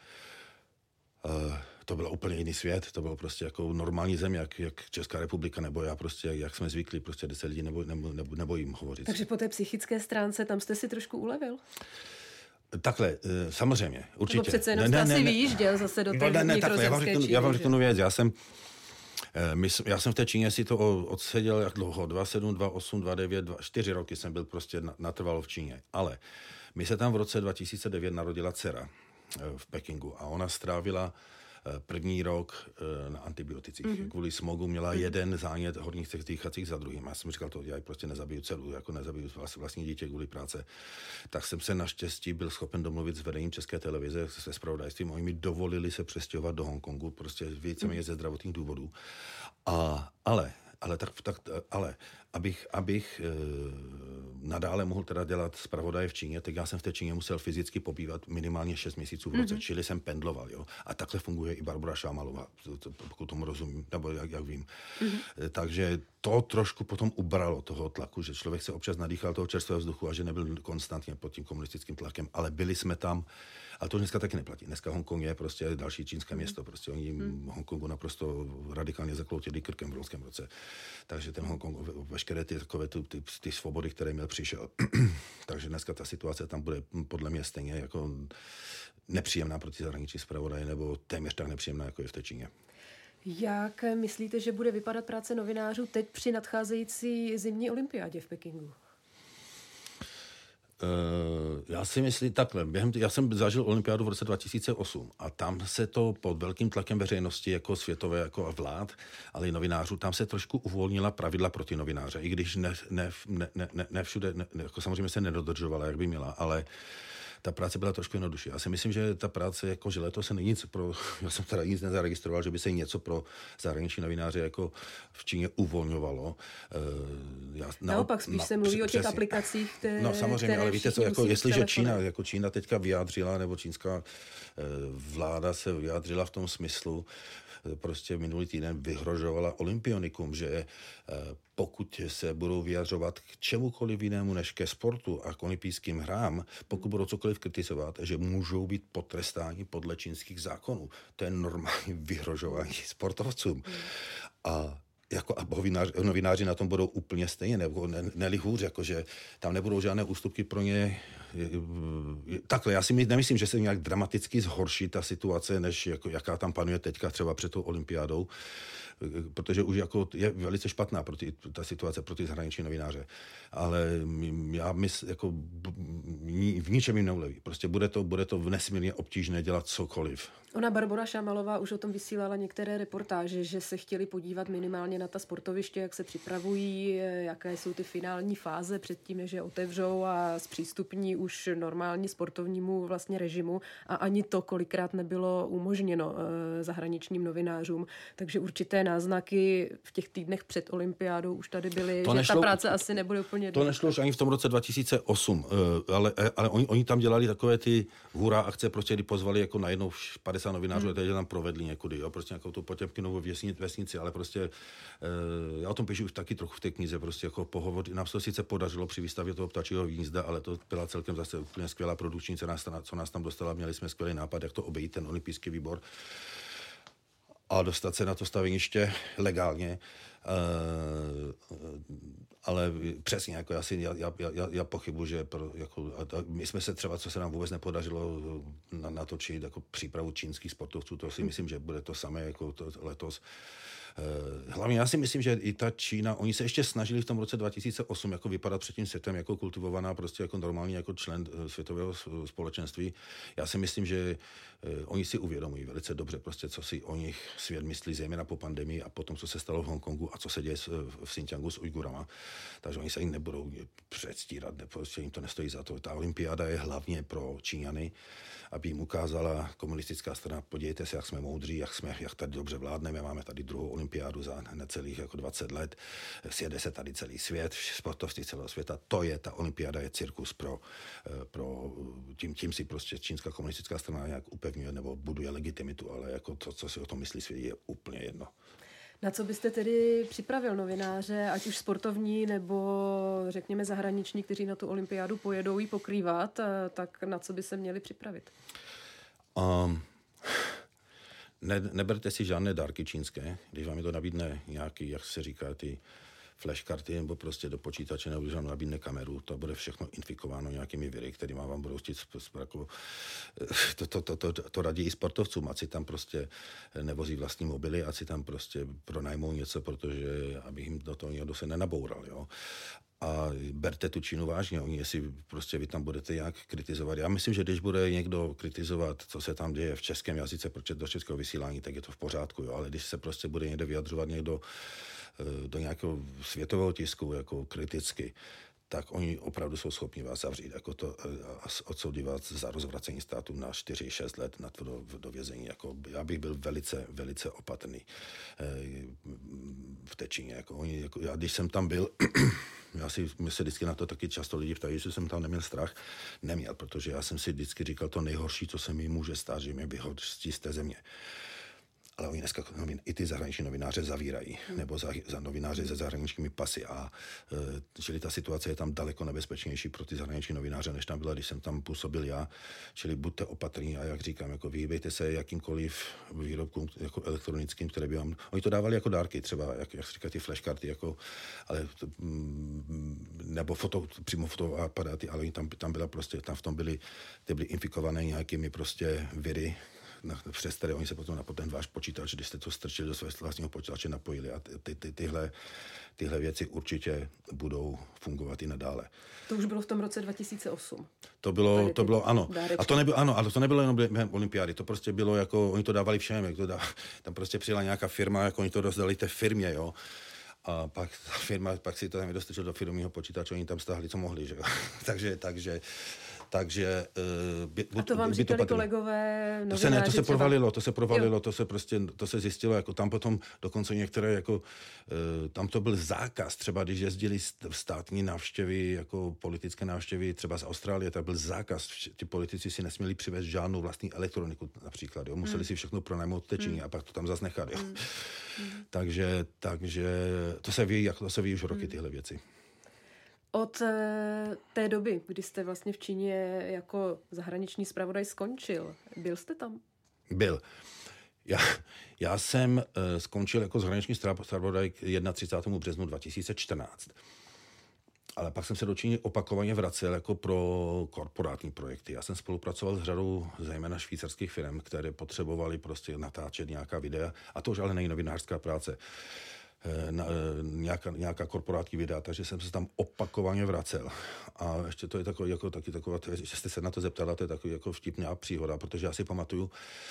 Uh, to byl úplně jiný svět, to bylo prostě jako normální země, jak, jak Česká republika, nebo já prostě, jak jsme zvyklí, prostě deset lidí nebo, nebo, nebo, nebo jim hovořit. Takže po té psychické stránce tam jste si trošku ulevil? Takhle, samozřejmě, určitě. Nebo přece jenom jste asi vyjížděl zase do té ne, ne, takhle, já vám řeknu, Číny, já vám řeknu věc, já jsem, my, já jsem v té Číně si to odseděl jak dlouho, dva sedm, dva osm, dva devět, čtyři roky jsem byl prostě natrvalo v Číně, ale my se tam v roce dva tisíce devět narodila dcera v Pekingu a ona strávila první rok na antibioticích. Mm-hmm. Kvůli smogu měla mm-hmm. jeden zánět horních cech dýchacích za druhým. Já jsem říkal, to já prostě nezabiju celou, jako nezabiju vlastní dítě kvůli práce. Tak jsem se naštěstí byl schopen domluvit s vedením České televize, se zpravodajstvím. Oni mi dovolili se přestěhovat do Hongkongu, prostě víceméně mm-hmm. ze zdravotních důvodů. A, ale, ale, tak, tak, ale abych, abych e, nadále mohl teda dělat zpravodaj v Číně, tak já jsem v té Číně musel fyzicky pobývat minimálně šest měsíců v roce, mm-hmm. čili jsem pendloval, jo. A takhle funguje i Barbora Šámalová, pokud tomu rozumím, nebo jak, jak vím. Mm-hmm. E, takže to trošku potom ubralo toho tlaku, že člověk se občas nadýchal toho čerstvého vzduchu a že nebyl konstantně pod tím komunistickým tlakem, ale byli jsme tam, ale to dneska taky neplatí. Dneska Hongkong je prostě další čínské mm-hmm. město, prostě oni mm-hmm. Hongkongu naprosto radikálně zakloutili krkem v loňském roce. Takže ten Hongkong, veškeré ty takové ty, ty, ty svobody, které měl, přišel. Takže dneska ta situace tam bude podle mě stejně jako nepříjemná pro ty zahraniční zpravodaje, nebo téměř tak nepříjemná, jako je v té Číně. Jak myslíte, že bude vypadat práce novinářů teď při nadcházející zimní olympiádě v Pekingu? Uh, já si myslím takhle. Během, já jsem zažil olympiádu v roce dva tisíce osm a tam se to pod velkým tlakem veřejnosti jako světové jako vlád, ale i novinářů, tam se trošku uvolnila pravidla pro ty novináře, i když ne, ne, ne, ne, ne všude, ne, jako samozřejmě se nedodržovala, jak by měla, ale ta práce byla trošku jednodušší. Já si myslím, že ta práce, jako že letos se nic pro, já jsem teda nic nezaregistroval, že by se něco pro zahraniční novináře jako v Číně uvolňovalo. Já, Naopak, spíš na, se mluví přesně. o těch aplikacích, které No samozřejmě, ale víte co, jako jestliže Čína, jako Čína teďka vyjádřila, nebo čínská vláda se vyjádřila v tom smyslu, prostě minulý týden vyhrožovala olympionikům, že pokud se budou vyjadřovat k čemukoliv jinému než ke sportu a k olympijským hrám, pokud budou cokoliv kritizovat, že můžou být potrestáni podle čínských zákonů. To je normální vyhrožování sportovcům. A jako a novináři, novináři na tom budou úplně stejně, nebo ne, ne hůř, jakože tam nebudou žádné ústupky pro ně. Takhle, já si nemyslím, že se nějak dramaticky zhorší ta situace, než jako, jaká tam panuje teďka třeba před tou olympiádou, protože už jako je velice špatná pro ty, ta situace pro ty zahraniční novináře. Ale já myslím, jako v ničem jim neuleví. Prostě bude to, bude to nesmírně obtížné dělat cokoliv. Ona Barbora Šámalová už o tom vysílala některé reportáže, že se chtěli podívat minimálně na ta sportoviště, jak se připravují, jaké jsou ty finální fáze předtím, než je otevřou a zpřístupní už normálně sportovnímu vlastně režimu a ani to kolikrát nebylo umožněno eh, zahraničním novinářům. Takže určité náznaky v těch týdnech před olympiádou už tady byly, to že nešlo, ta práce to, asi nebude úplně... To nešlo už ani v tom roce dva tisíce osm, ale, ale oni, oni tam dělali takové ty hurá akce, prostě kdy pozvali jako najednou padesát novinářů, hmm. a teď tam provedli někudy, jo, prostě nějakou tu Potěmkinovou vesnici, ale prostě já o tom píšu už taky trochu v té knize, prostě jako pohovor, nám se to sice podařilo při výstavě toho ptačího hnízda, ale to byla celkem zase úplně skvělá produkční, co nás, co nás tam dostala, měli jsme skvělý nápad, jak to obejít ten olympijský výbor. a dostat se na to staveniště legálně. Ale přesně, jako já, si, já, já, já, já pochybuji, že pro, jako, my jsme se třeba, co se nám vůbec nepodařilo natočit jako přípravu čínských sportovců, to si myslím, že bude to samé jako to letos. Hlavně já si myslím, že i ta Čína, oni se ještě snažili v tom roce dva tisíce osm jako vypadat před tím světem jako kultivovaná, prostě jako normální jako člen světového společenství. Já si myslím, že oni si uvědomují velice dobře, prostě, co si o nich svět myslí, zejména po pandemii a potom, co se stalo v Hongkongu a co se děje v Xinjiangu s Ujgurama. Takže oni se jim nebudou předstírat, prostě jim to nestojí za to. Ta olympiáda je hlavně pro Číňany, aby jim ukázala komunistická strana, podívejte se, jak jsme moudří, jak, jsme, jak tady dobře vládneme, máme tady druhou olympiádu za necelých jako dvacet let, sjede se tady celý svět, sportovci celého světa, to je, ta olympiáda je cirkus pro, pro tím, tím si prostě čínská komunistická strana nějak upevňuje nebo buduje legitimitu, ale jako to, co si o tom myslí svět, je úplně jedno. Na co byste tedy připravil novináře, ať už sportovní nebo řekněme zahraniční, kteří na tu olympiádu pojedou ji pokrývat, tak na co by se měli připravit? Um, ne, neberte si žádné dárky čínské, když vám je to nabídne nějaký, jak se říká, ty flashkarty nebo prostě do počítače nebo když vám nabídne kameru, to bude všechno infikováno nějakými viry, kterými vám budou chtít jako, to, to, to, to, to radí i sportovcům, ať si tam prostě nevozí vlastní mobily, ať si tam prostě pronajmou něco, protože aby jim do toho někdo se nenaboural, jo. A berte tu Čínu vážně, oni jestli prostě vy tam budete nějak kritizovat. Já myslím, že když bude někdo kritizovat, co se tam děje v českém jazyce do českého vysílání, tak je to v pořádku, jo. Ale když se prostě bude někde vyjadřovat někdo do nějakého světového tisku jako kriticky, tak oni opravdu jsou schopni vás zavřít, jako to a odsoudit vás za rozvracení státu na čtyři šest let na to do, do vězení. Jako, já bych byl velice, velice opatrný v té Číně. Jako oni, jako, já, když jsem tam byl, já si mě se vždycky na to taky často lidi ptají, že jsem tam neměl strach. Neměl, protože já jsem si vždycky říkal to nejhorší, co se mi může stát, že mě vyhodí z té země. Ale oni dneska novin, i ty zahraniční novináře zavírají, hmm. nebo za, za novináře se zahraničními pasy. A e, čili ta situace je tam daleko nebezpečnější pro ty zahraniční novináře, než tam byla, když jsem tam působil já. Čili buďte opatrní a jak říkám, jako vyhýbejte se jakýmkoliv výrobkům jako elektronickým, které by vám... Oni to dávali jako dárky, třeba, jak, jak říkají, ty flashkarty, jako, ale to, nebo foto, přímo fotoaparáty, ale tam, tam byla prostě, tam v tom byly, ty byly infikované nějakými prostě viry, Na, přes které oni se potom na ten váš počítač, když jste to strčili do svého vlastního počítače, napojili a ty, ty, tyhle, tyhle věci určitě budou fungovat i nadále. To už bylo v tom roce dva tisíce osm. To bylo, to bylo ano. Dárečky. A to nebylo, ano, ale to nebylo jenom během olympiády, to prostě bylo jako, oni to dávali všem, jak to dá, tam prostě přijela nějaká firma, jako oni to rozdali té firmě, jo. A pak ta firma, pak si to tam dostrčil do firmního počítače, oni tam stáhli, co mohli, že jo. takže, takže Takže, uh, by, a to vám by, říkali by to kolegové to se ne, to se třeba... provalilo, to se provalilo, jo. to se prostě, to se zjistilo, jako tam potom dokonce některé, jako, uh, tam to byl zákaz, třeba když jezdili státní návštěvy, jako politické návštěvy, třeba z Austrálie, tak byl zákaz, ti politici si nesměli přivést žádnou vlastní elektroniku například, jo, museli hmm. si všechno pronajmout té Číně hmm. a pak to tam zase nechat, jo. Hmm. takže, takže to se ví, jako to se ví už roky tyhle věci. Od té doby, kdy jste vlastně v Číně jako zahraniční zpravodaj skončil, byl jste tam? Byl. Já, já jsem uh, skončil jako zahraniční zpravodaj k třicátému prvnímu březnu dva tisíce čtrnáct. Ale pak jsem se do Číny opakovaně vracel jako pro korporátní projekty. Já jsem spolupracoval s řadou zejména švýcarských firm, které potřebovaly prostě natáčet nějaká videa. A to už ale není novinářská práce. Na, nějaká, nějaká korporátní videa, takže jsem se tam opakovaně vracel. A ještě to je takový, jako, taky taková, že jste se na to zeptala, to je takový jako vtipná příhoda, protože já si pamatuju,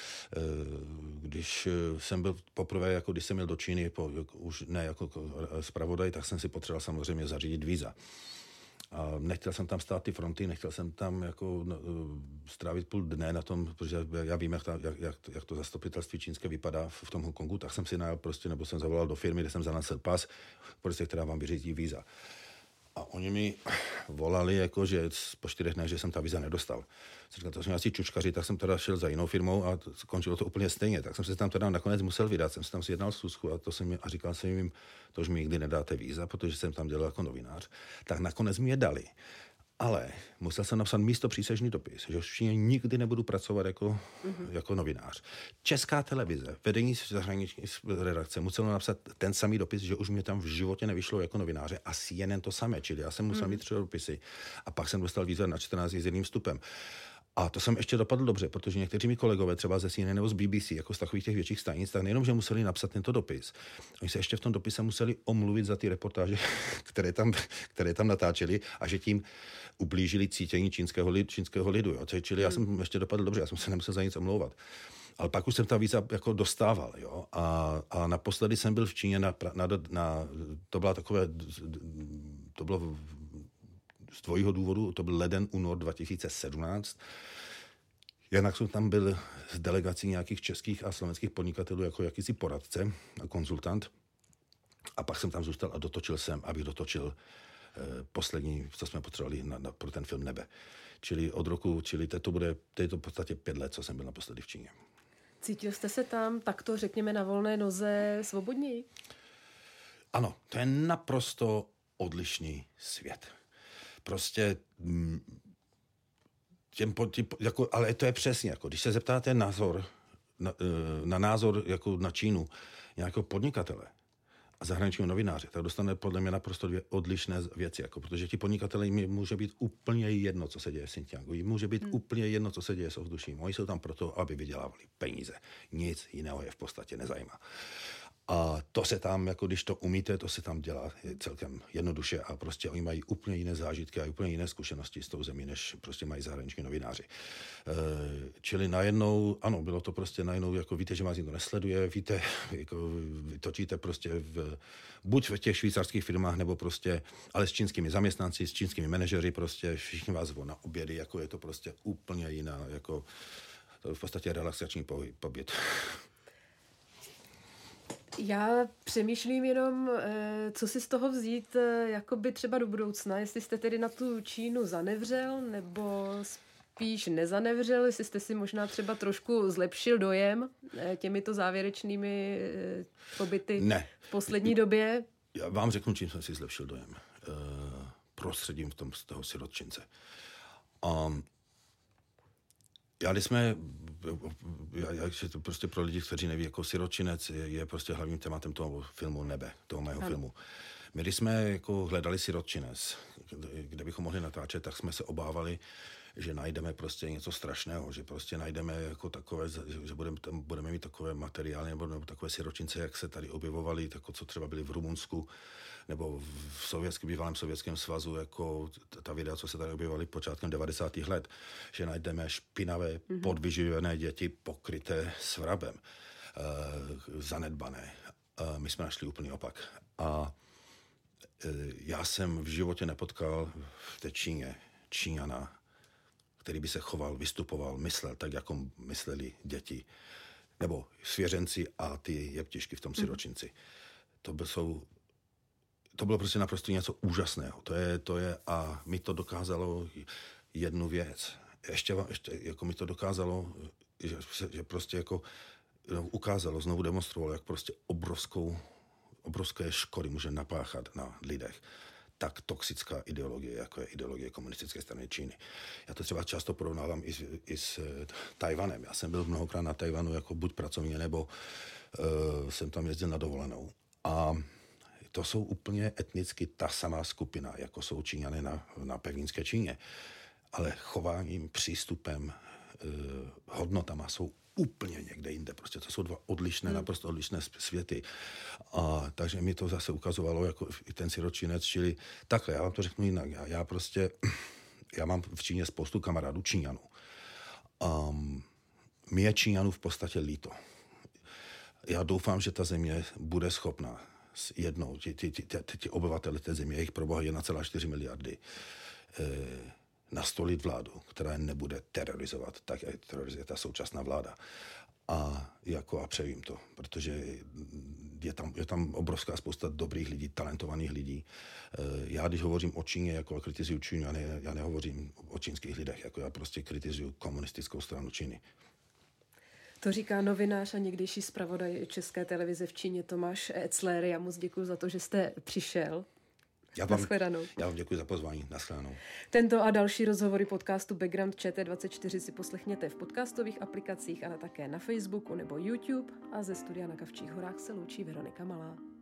když jsem byl poprvé, jako když jsem měl do Číny, po, už ne jako zpravodaj, tak jsem si potřeboval samozřejmě zařídit víza. A nechtěl jsem tam stát ty fronty, nechtěl jsem tam jako no, strávit půl dne na tom, protože já vím, jak, ta, jak, jak, to, jak to zastupitelství čínské vypadá v, v tom Hongkongu, tak jsem si najel prostě, nebo jsem zavolal do firmy, kde jsem zanesl pas, prostě, která vám vyřídí víza. A oni mi volali, jako, že po čtyřech dnech, že jsem ta víza nedostal. Jsem říkal, to jsou asi čučkaři, tak jsem teda šel za jinou firmou a skončilo to úplně stejně. Tak jsem se tam teda nakonec musel vydat, jsem si tam sjednal schůzku a, to jsem, a říkal jsem jim, to už mi nikdy nedáte víza, protože jsem tam dělal jako novinář. Tak nakonec mi je dali. Ale musel jsem napsat místo přísežný dopis, že už v Číně nikdy nebudu pracovat jako, mm-hmm. jako novinář. Česká televize, vedení zahraniční redakce muselo napsat ten samý dopis, že už mě tam v životě nevyšlo jako novináře a C N N to samé, čili já jsem musel mm-hmm. mít tři dopisy a pak jsem dostal víza na čtrnáct s jedným vstupem. A to jsem ještě dopadl dobře, protože někteří mi kolegové, třeba ze C N N nebo z B B C, jako z takových těch větších stanic, tak nejenom, že museli napsat tento dopis, oni se ještě v tom dopise museli omluvit za ty reportáže, které tam, které tam natáčeli a že tím ublížili cítění čínského, lid, čínského lidu. Jo. Čili já jsem ještě dopadl dobře, já jsem se nemusel za nic omlouvat. Ale pak už jsem ta víza jako dostával. Jo. A, a naposledy jsem byl v Číně na, na, na to byla takové, to bylo z dvojího důvodu, to byl leden, únor dva tisíce sedmnáct. Jinak jsem tam byl s delegací nějakých českých a slovenských podnikatelů jako jakýsi poradce a konzultant. A pak jsem tam zůstal a dotočil jsem, abych dotočil eh, poslední, co jsme potřebovali na, na, pro ten film Nebe. Čili od roku, čili to bude, to je to v podstatě pět let, co jsem byl naposledy v Číně. Cítil jste se tam takto, řekněme, na volné noze svobodněji? Ano, to je naprosto odlišný svět. Prostě těm, těm, jako, ale to je přesně, jako, když se zeptáte názor, na, na názor jako na Čínu nějakého podnikatele a zahraničního novináře, tak dostane podle mě naprosto dvě odlišné věci, jako, protože ti podnikatele jim může být úplně jedno, co se děje v Xinjiangu, jim může být hmm. úplně jedno, co se děje s ovzduším. Oni jsou tam proto, aby vydělávali peníze. Nic jiného je v podstatě nezajímá. A to se tam, jako když to umíte, to se tam dělá celkem jednoduše a prostě oni mají úplně jiné zážitky a úplně jiné zkušenosti s tou zemí, než prostě mají zahraniční novináři. E, čili najednou, ano, bylo to prostě najednou, jako víte, že vás nikdo nesleduje, víte, jako vy točíte prostě v, buď v těch švýcarských firmách, nebo prostě, ale s čínskými zaměstnanci, s čínskými manažery, prostě všichni vás zvou na obědy, jako je to prostě úplně jiná, jako to v podstatě relaxační pobyt. Já přemýšlím jenom, co si z toho vzít jakoby třeba do budoucna, jestli jste tedy na tu Čínu zanevřel, nebo spíš nezanevřel, jestli jste si možná třeba trošku zlepšil dojem těmito závěrečnými pobyty ne. v poslední době. Já vám řeknu, čím jsem si zlepšil dojem. Prostředím v tom z toho sirotčince. Um, Já, když jsme, já, já, to prostě pro lidi, kteří neví, jako sirotčinec je, je prostě hlavním tématem toho filmu Nebe, toho mého ano. filmu. My, když jsme jako hledali sirotčinec, kde, kde bychom mohli natáčet, tak jsme se obávali, že najdeme prostě něco strašného, že prostě najdeme jako takové, že budeme, tam budeme mít takové materiály nebo, nebo takové sirotčince, jak se tady objevovaly, tako, co třeba byly v Rumunsku, nebo v sovětském, bývalém Sovětském svazu, jako ta videa, co se tady objevovaly počátkem devadesátých let, že najdeme špinavé, mm-hmm. podvyživené děti pokryté svrabem, uh, zanedbané. Uh, my jsme našli úplný opak. A uh, já jsem v životě nepotkal v té Číně Číňana, který by se choval, vystupoval, myslel tak, jako mysleli děti, nebo svěřenci a ty jeptišky v tom sirotčinci. Mm-hmm. To by jsou To bylo prostě naprosto něco úžasného. To je, to je, a mi to dokázalo jednu věc. Ještě, ještě jako mi to dokázalo, že, že prostě jako no, ukázalo, znovu demonstrovalo, jak prostě obrovskou, obrovské škody může napáchat na lidech. Tak toxická ideologie, jako je ideologie komunistické strany Číny. Já to třeba často porovnávám i s, i s Tajvanem. Já jsem byl mnohokrát na Tajvanu jako buď pracovně, nebo uh, jsem tam jezdil na dovolenou. A to jsou úplně etnicky ta samá skupina, jako jsou Číňané na, na pevninské Číně. Ale chováním, přístupem, eh, hodnotama jsou úplně někde jinde. Prostě to jsou dva odlišné, hmm. naprosto odlišné světy. A takže mi to zase ukazovalo jako i ten sirotčinec, čili takhle, já vám to řeknu jinak. Já, já prostě, já mám v Číně spoustu kamarádů Číňanů. Um, mě je Číňanů v podstatě líto. Já doufám, že ta země bude schopná jednou, ti, ti, ti, ti, ti obyvatele té země, jejich proboha jedna celá čtyři miliardy, eh, nastolit vládu, která nebude terorizovat, tak jak terorizuje ta současná vláda. A jako a přejím to, protože je tam, je tam obrovská spousta dobrých lidí, talentovaných lidí. Eh, já, když hovořím o Číně, jako kritizuju Čínu, já, ne, já nehovořím o čínských lidech, jako já prostě kritizuju komunistickou stranu Číny. To říká novinář a někdejší zpravodaj České televize v Číně Tomáš Etzler. Já moc děkuji za to, že jste přišel. Já vám, Naschledanou. Já vám děkuji za pozvání. Naschledanou. Tento a další rozhovory podcastu Background Č T dvacet čtyři si poslechněte v podcastových aplikacích, ale také na Facebooku nebo YouTube. A ze studia na Kavčích horách se loučí Veronika Malá.